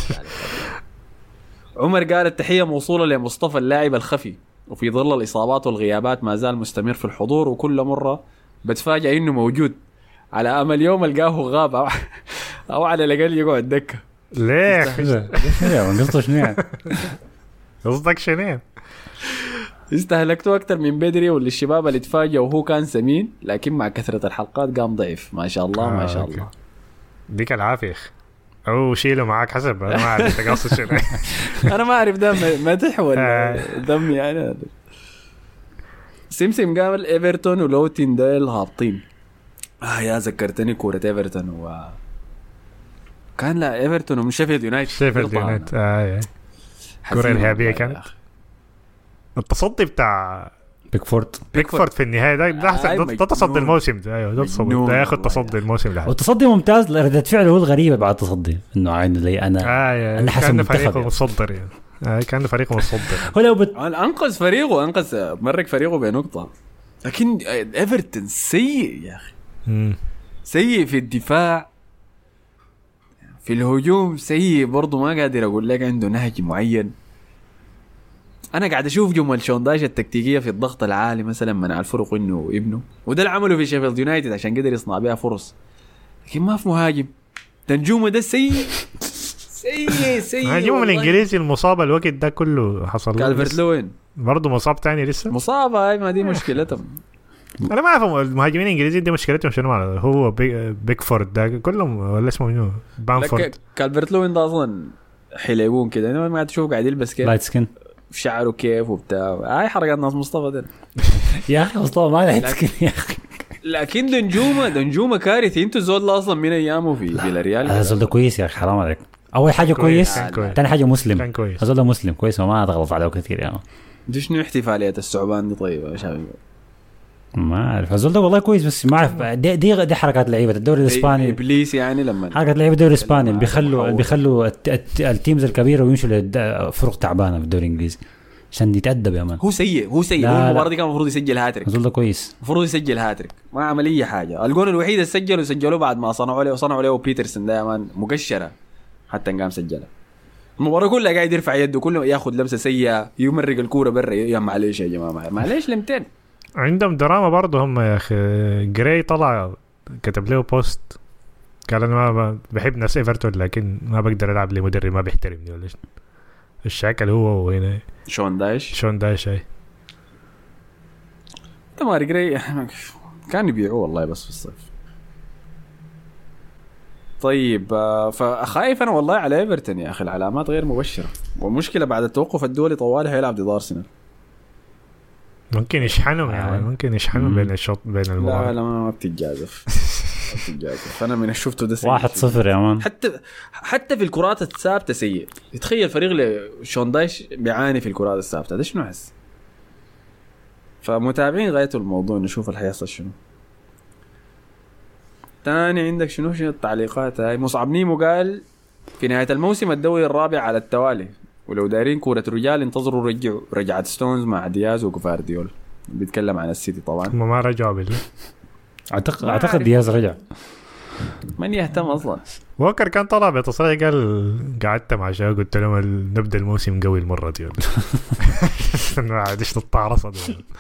عمر قال التحيه موصوله لمصطفى اللاعب الخفي وفي ظل الاصابات والغيابات ما زال مستمر في الحضور وكل مره بتفاجئ انه موجود على امل يوم القاه غاب او على الاقل يقعد دكه. ليه يا مان قصته شنو؟ قصدك شنو؟ استهلكتوا اكثر من بدري والشباب اللي تفاجئوا وهو كان سمين لكن مع كثره الحلقات قام ضعيف. ما شاء الله ما شاء الله. ديك العافيه او شيله معاك حسب. انا ما اعرف تقصد شنو. انا ما اعرف دم ما تحول دم يعني. سمسم قال ايفرتون ولوتين ديل هابطين. يا ذكرتني كورة ايفرتون كان لا ايفرتون ومن شيفيلد يونايتد. شيفيلد يونايتد كورة إرهابية كانت. التصدي بتاع بيكفورد في النهاية ده احسن. ده تصدي الموسم ده. ايوه ده ياخد تصدي الموسم ده. والتصدي ممتاز. ردة فعله هو الغريبة بعد التصدي انه عين لي انا حسن كان فريقه متصدر يعني. كان فريقه متصدر. هو لو انقذ فريقه مرق فريقه بنقطة. لكن ايفرتون سيء يا اخي. سيء في الدفاع، في الهجوم سيء برضو. ما قادر اقول لك عنده نهج معين. انا قاعد اشوف جمل شونداش التكتيكيه في الضغط العالي مثلا منع الفرق انه ابنه، وده اللي عمله في شيفيلد يونايتد عشان قدر يصنع بها فرص. لكن ما في مهاجم. تنجومه ده سيء مهاجمه الانجليزي المصاب الوقت ده كله حصل. كالفرت لوين برضه مصاب تاني لسه. مصابه هاي ما دي مشكلتهم. انا ما اعرف المهاجمين الانجليزي دي مشكلتهم شنو. هو بيكفورد ده كلهم ولا اسمه منو بامفورد. كالفرت لوين ده اصلا حليوون كده. انا ما قاعد اشوف قاعد يلبس كده لايت سكين في شعره كيف وبتاع. هاي حركات ناس مصطفى ده يا اخي. مصطفى ما لايت سكين يا اخي. لكن دنجومه كارثي. انتوا زول اصلا من ايامه في الريال. هذا زول ده كويس يا اخي حرام عليك. اول حاجه كويس ثاني حاجه مسلم. هذا ده مسلم كويس وما تغلط عليه كثير يعني. دي شنو احتفاليه الثعبان دي؟ طيب يا شباب ما اعرف. هذول ده والله كويس بس ما اعرف. دي حركات لعيبه الدوري الاسباني. ابليس يعني لما حركات لعيبه الدوري الاسباني بيخلوا التيمز الكبيره ويمشوا لفرق تعبانه في الدوري الانجليزي عشان يتأدب يا مان. هو سيء. هو المباراه دي كان المفروض يسجل هاتريك. هذول ده كويس. المفروض يسجل هاتريك. ما عمل اي حاجه. الجون الوحيد اللي سجلوه بعد ما صنعوا له بيترسون ده يا مان مقشره حتى قام سجلها. المباراه كلها قاعد يرفع يده، كله ياخذ لمسه سيئه، يمرق الكوره برا. يا معليش يا جماعه معليش لمتين. عندهم دراما برضه هم يا اخي. جراي طلع كتب له بوست قال انا ما بحب ناس ايفرتون لكن ما بقدر العب لمدرب ما بيحترمني ولا شنو. الشكل هو هنا شون دايش هاي تمام. جراي كان يبيعوه والله بس في الصيف. طيب فخايف انا والله على ايفرتون يا اخي. العلامات غير مبشره، والمشكله بعد التوقف الدولي طوال هيلعب ضد ارسنال. ممكن يشحنوا يعني ممكن يشحنوا بين الشوط بين المباراه. لا ما بتتجازف. انا من شفته ده 1-0 يا مان. حتى في الكرات الثابته سيء. يتخيل فريق شوندايش بيعاني في الكرات الثابته. ده شنو حس؟ فمتابعين غايته الموضوع نشوف اللي حيحصل شنو. تاني عندك شنو التعليقات هاي. مصعب نيمو قال في نهايه الموسم الدوري الرابع على التوالي، ولو دارين كورة رجال انتظروا رجعت ستونز مع دياز وكفارديول. بيتكلم عن السيتي طبعا. هم ما رجعوا بالله. اعتقد دياز رجع. من يهتم اصلا. ووكر كان طلع بتصريح قال قعدت مع شباب قلت لهم نبدا الموسم قوي المره دي. ما عادش تتعرص.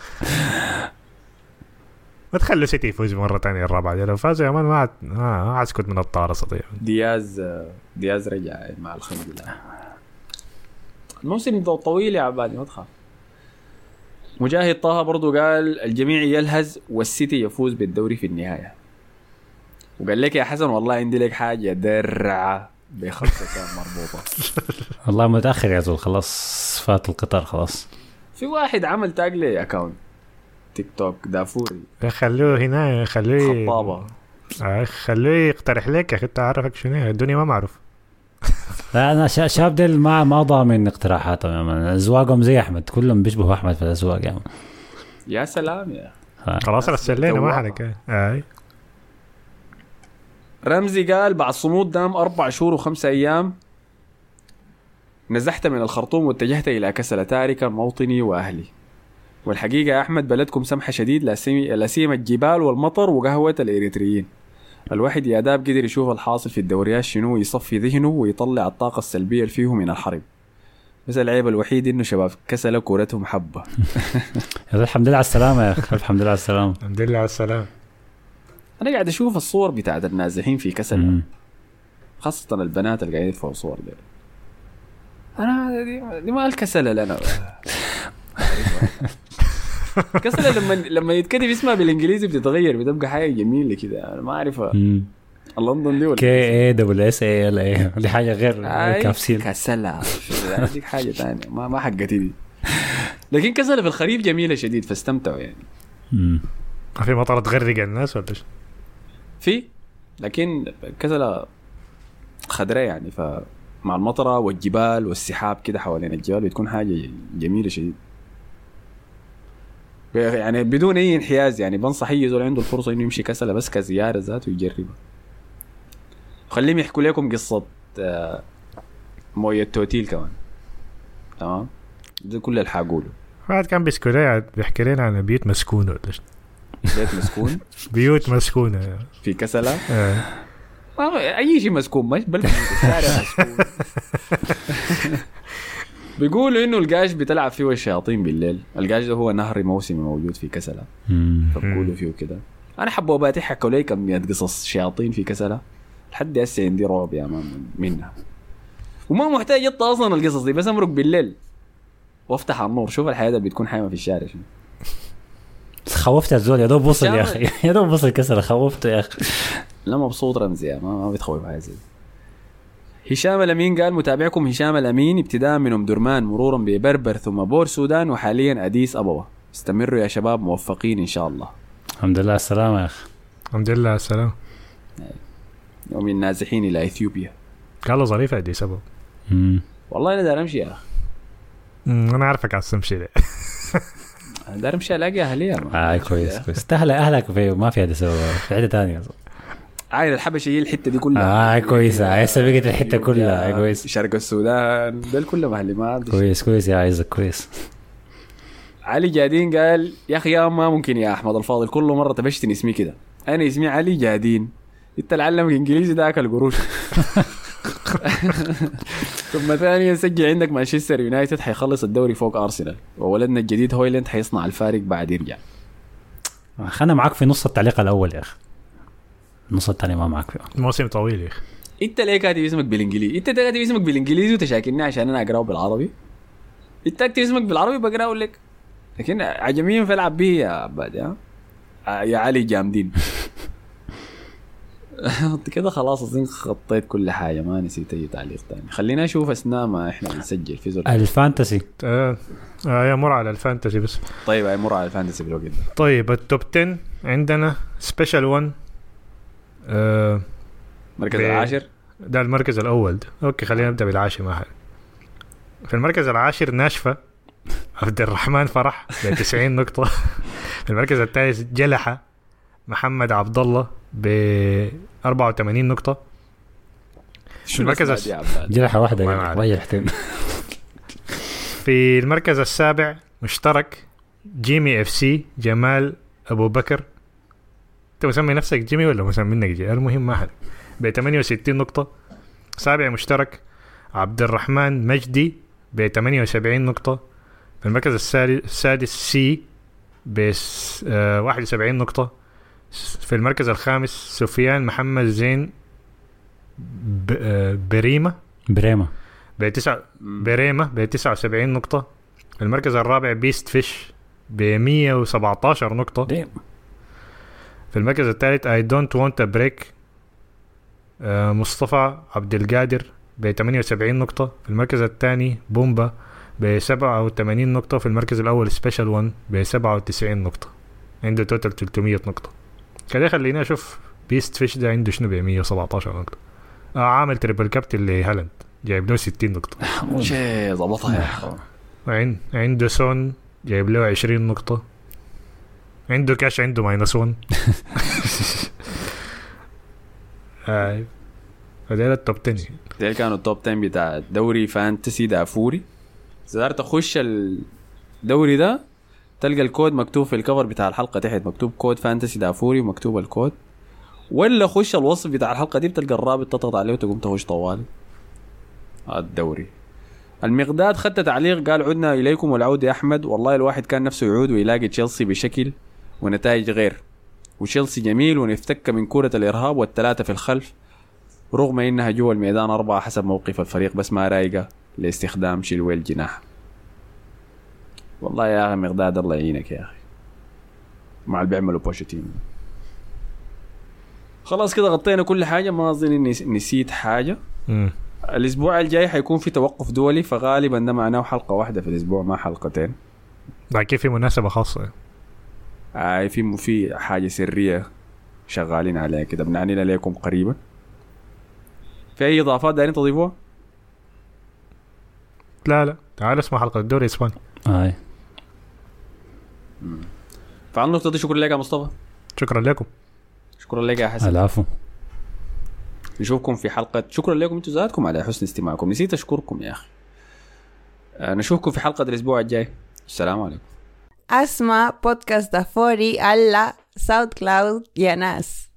ما تخلوا سيتي يفوز مرة تانية الرابعة دي. لو فازوا يا مان ما اسكت من الطارصة دي. دياز رجع مع الخنجلة. الموسم طويل يا عبادي ما تخاف. مجاهد طه برضو قال الجميع يلهز والسيتي يفوز بالدوري في النهاية. وقال لك يا حسن والله عندي لك حاجة درعة بخمسة كان مربوطة. والله متأخر يا زول، خلاص فات القطار خلاص. في واحد عمل تاج لي اكاونت تيك توك دافوري، خلوه هنا، خلوه خطابة. خلوه يقترح لك يا اخي. انت عارفك شنو الدنيا ما معروف. لا انا شاب ديل ما ضامن اقتراحاتهم، ازواقهم زي احمد، كلهم بيشبهوا احمد في الازواق يعني. يا سلام يا خلاص رسلنا ما حدا اي. رمزي قال بعد صمود دام 4 شهور و5 أيام نزحت من الخرطوم واتجهت إلى كسلة تاركا موطني وأهلي. والحقيقة يا أحمد بلدكم سمحة شديد، لا سيما الجبال والمطر وقهوة الإريتريين. الواحد يا داب قدر يشوف الحاصل في الدوريات شنو، يصفي ذهنه ويطلع الطاقة السلبية اللي فيه من الحرب. بس العيب الوحيد إنه شباب كسلة كورتهم حبة. الحمد لله على السلامة يا أخي، الحمد لله على السلامة. الحمد لله على السلامة. أنا قاعد أشوف الصور بتاعت النازحين في كسلة، خاصة البنات اللي قاعدين يدفعوا صور دي. أنا دي ما الكسلة لنا. كسلة لما يتكتب اسمها بالإنجليزي بتتغير، بتبقى حاجة جميلة كده. أنا ما أعرفها لندن دي ولا KASSALA دي حاجة غير كافسين. كسلة دي حاجة تانية ما حقتي دي. لكن كسلة في الخريف جميلة شديد فاستمتعوا يعني. ما في مطر تغرق الناس ولا ايش؟ في، لكن كسلة خضراء يعني، فمع المطرة والجبال والسحاب كده حوالين الجبال بتكون حاجة جميلة شديد يعني، بدون أي انحياز يعني. بنصح أي زول عنده الفرصة إنه يمشي كسلة بس كزيارة ذاته ويجربها. خليهم يحكوا لكم قصة موية توتيل كمان. تمام، ده كل اللي حقوله. واحد كان بيحكي لنا عن بيوت مسكونة ولا ايش؟ بيت مسكون. بيوت مسكونة في كسلة. أي شيء مسكون مش بل الشارع مسكون. بيقولوا إنه القاش بتلعب فيه الشياطين بالليل. القاش ده هو نهر موسمي موجود في كسلة، فبقولوا فيه كده. أنا حبوباتي حكوا لي كمية قصص شياطين في كسلة لحد هسه عندي رعب يا مان منها، وما محتاج يطلع أصلا القصص دي، بس أمرق بالليل وافتح النور شوف الحياة بتكون حايمة في الشارع. شنو خوفت الزول يا دوب وصل يا أخي، يا دوب وصل كسلة خوفته يا أخي. لا مبسوط رمزي ما بتخوف حاجة زي. هشام الأمين قال متابعكم هشام الأمين ابتداء من أم درمان مرورا ببربر ثم بور سودان وحاليا أديس أبوة. استمروا يا شباب موفقين إن شاء الله. الحمد لله على السلامة يا أخي. الحمد لله على السلامة. ومن النازحين إلى إثيوبيا. قالوا ظريفة أديس أبوة. والله أنا دار أمشي يا أخي. أنا عارفك عايز تمشي ليه. دار أمشي ألاقي أهلية. كويس كويس. أهلك في ما في هذا سوا في حتة تانية. عايد الحبشة هي الحتة دي كلها. كويس. هسه بقت الحتة كلها. كويس. شرق السودان دول كلهم أهلي ما أدري. كويس يا عايزك كويس. علي جادين قال يا أخي يا ما ممكن يا أحمد الفاضل كل مرة تبشتني اسمي كده. أنا اسمي علي جادين، أنت العلمك إنجليزي ده أكل قروش. ثم ثانيا سجل عندك مانشستر يونايتد حيخلص الدوري فوق أرسنال، وولدنا الجديد هويلاند حيصنع الفارق بعد يرجع. أنا معك في نص التعليق الأول يا أخي، النص الثاني ما معك فيه. موسم طويل يا أخي. أنت ليه كاتب اسمك بالإنجليزي؟ أنت كاتب اسمك بالإنجليزي وتشاكلني عشان أنا أقرأه بالعربي. أنت كاتب اسمك بالعربي بقرأه لك، لكن عجميين في العب به يا عباد يا علي جامدين. كده خلاص أظن خطيت كل حاجة، ما نسيت أي تعليق تاني. خلينا نشوف أثناء ما إحنا بنسجل في زول الفانتسي. يا مر على الفانتسي بس. طيب هاي مر على الفانتسي بالوقت ده. طيب التوب 10 عندنا سبيشال 1 مركز العاشر ده المركز الأول ده. أوكي خلينا نبدأ بالعاشر ما حد. في المركز العاشر ناشفة عبد الرحمن فرح ب90 نقطة. في المركز الثالث جلحة محمد عبد الله ب84 نقطة. في المركز جلحة واحدة رايحتين. في المركز السابع مشترك جيمي FC جمال أبو بكر. أنت مسمي نفسك جيمي ولا مسمي منك جي؟ المهم ما حد ب68 نقطة. سابع مشترك عبد الرحمن مجدي ب78 نقطة. في المركز السادس سي ب71 نقطة. في المركز الخامس سفيان محمد زين بريمة ب79 نقطة. في المركز الرابع بيست فيش ب117 نقطة. في المركز الثالث I don't want a break مصطفى عبد القادر ب 78 نقطة. في المركز الثاني بومبا ب 87 نقطة. في المركز الأول سبيشال 1 ب 97 نقطة. عنده توتال 300 نقطة. كده خلينا أشوف بيست فيش ده عنده شنو ب 117 نقطة. عامل تريبل كابتن لهالاند جايب له 60 نقطة. شيء ضبطها يا أخي. عنده سون جايب له 20 نقطة. عنده كاش عنده ماينس 1. هذول التوب 10. ديل كانوا التوب 10 بتاع دوري فانتسي دافوري. إذا تخش الدوري ده تلقى الكود مكتوب في الكفر بتاع الحلقة تحت، مكتوب كود فانتسي دافوري ومكتوب الكود، ولا خش الوصف بتاع الحلقة دي بتلقى الرابط تضغط عليه وتقوم تخش طوال الدوري. المقداد خدت تعليق قال عدنا إليكم والعودة يا أحمد. والله الواحد كان نفسه يعود ويلاقي تشيلسي بشكل ونتائج غير، وتشيلسي جميل ونفتك من كرة الإرهاب والثلاثة في الخلف، رغم إنها جوا الميدان 4 حسب موقف الفريق، بس ما رايقة لاستخدام شلوي الجناح. والله يا أخي مقداد الله يعينك يا أخي مع اللي بيعملوا بوشيتينو. خلاص كده غطينا كل حاجة، ما أظن إني نسيت حاجة. الأسبوع الجاي حيكون في توقف دولي، فغالبا ده معناه حلقة واحدة في الأسبوع ما حلقتين. لكن في مناسبة خاصة في حاجة سرية شغالين عليها كده بنعنينا لكم قريبا. في أي إضافات دارين تضيفوها؟ لا تعال اسمع حلقة الدوري الإسباني. فعلى النقطة دي شكرا لك يا مصطفى. شكرا لكم. شكرا لك يا حسن. العفو. نشوفكم في حلقة. شكرا لكم انتم ذاتكم على حسن استماعكم. نسيت أشكركم يا أخي. نشوفكم في حلقة الأسبوع الجاي. السلام عليكم. اسمع بودكاست دافوري على ساوند كلاود يا ناس.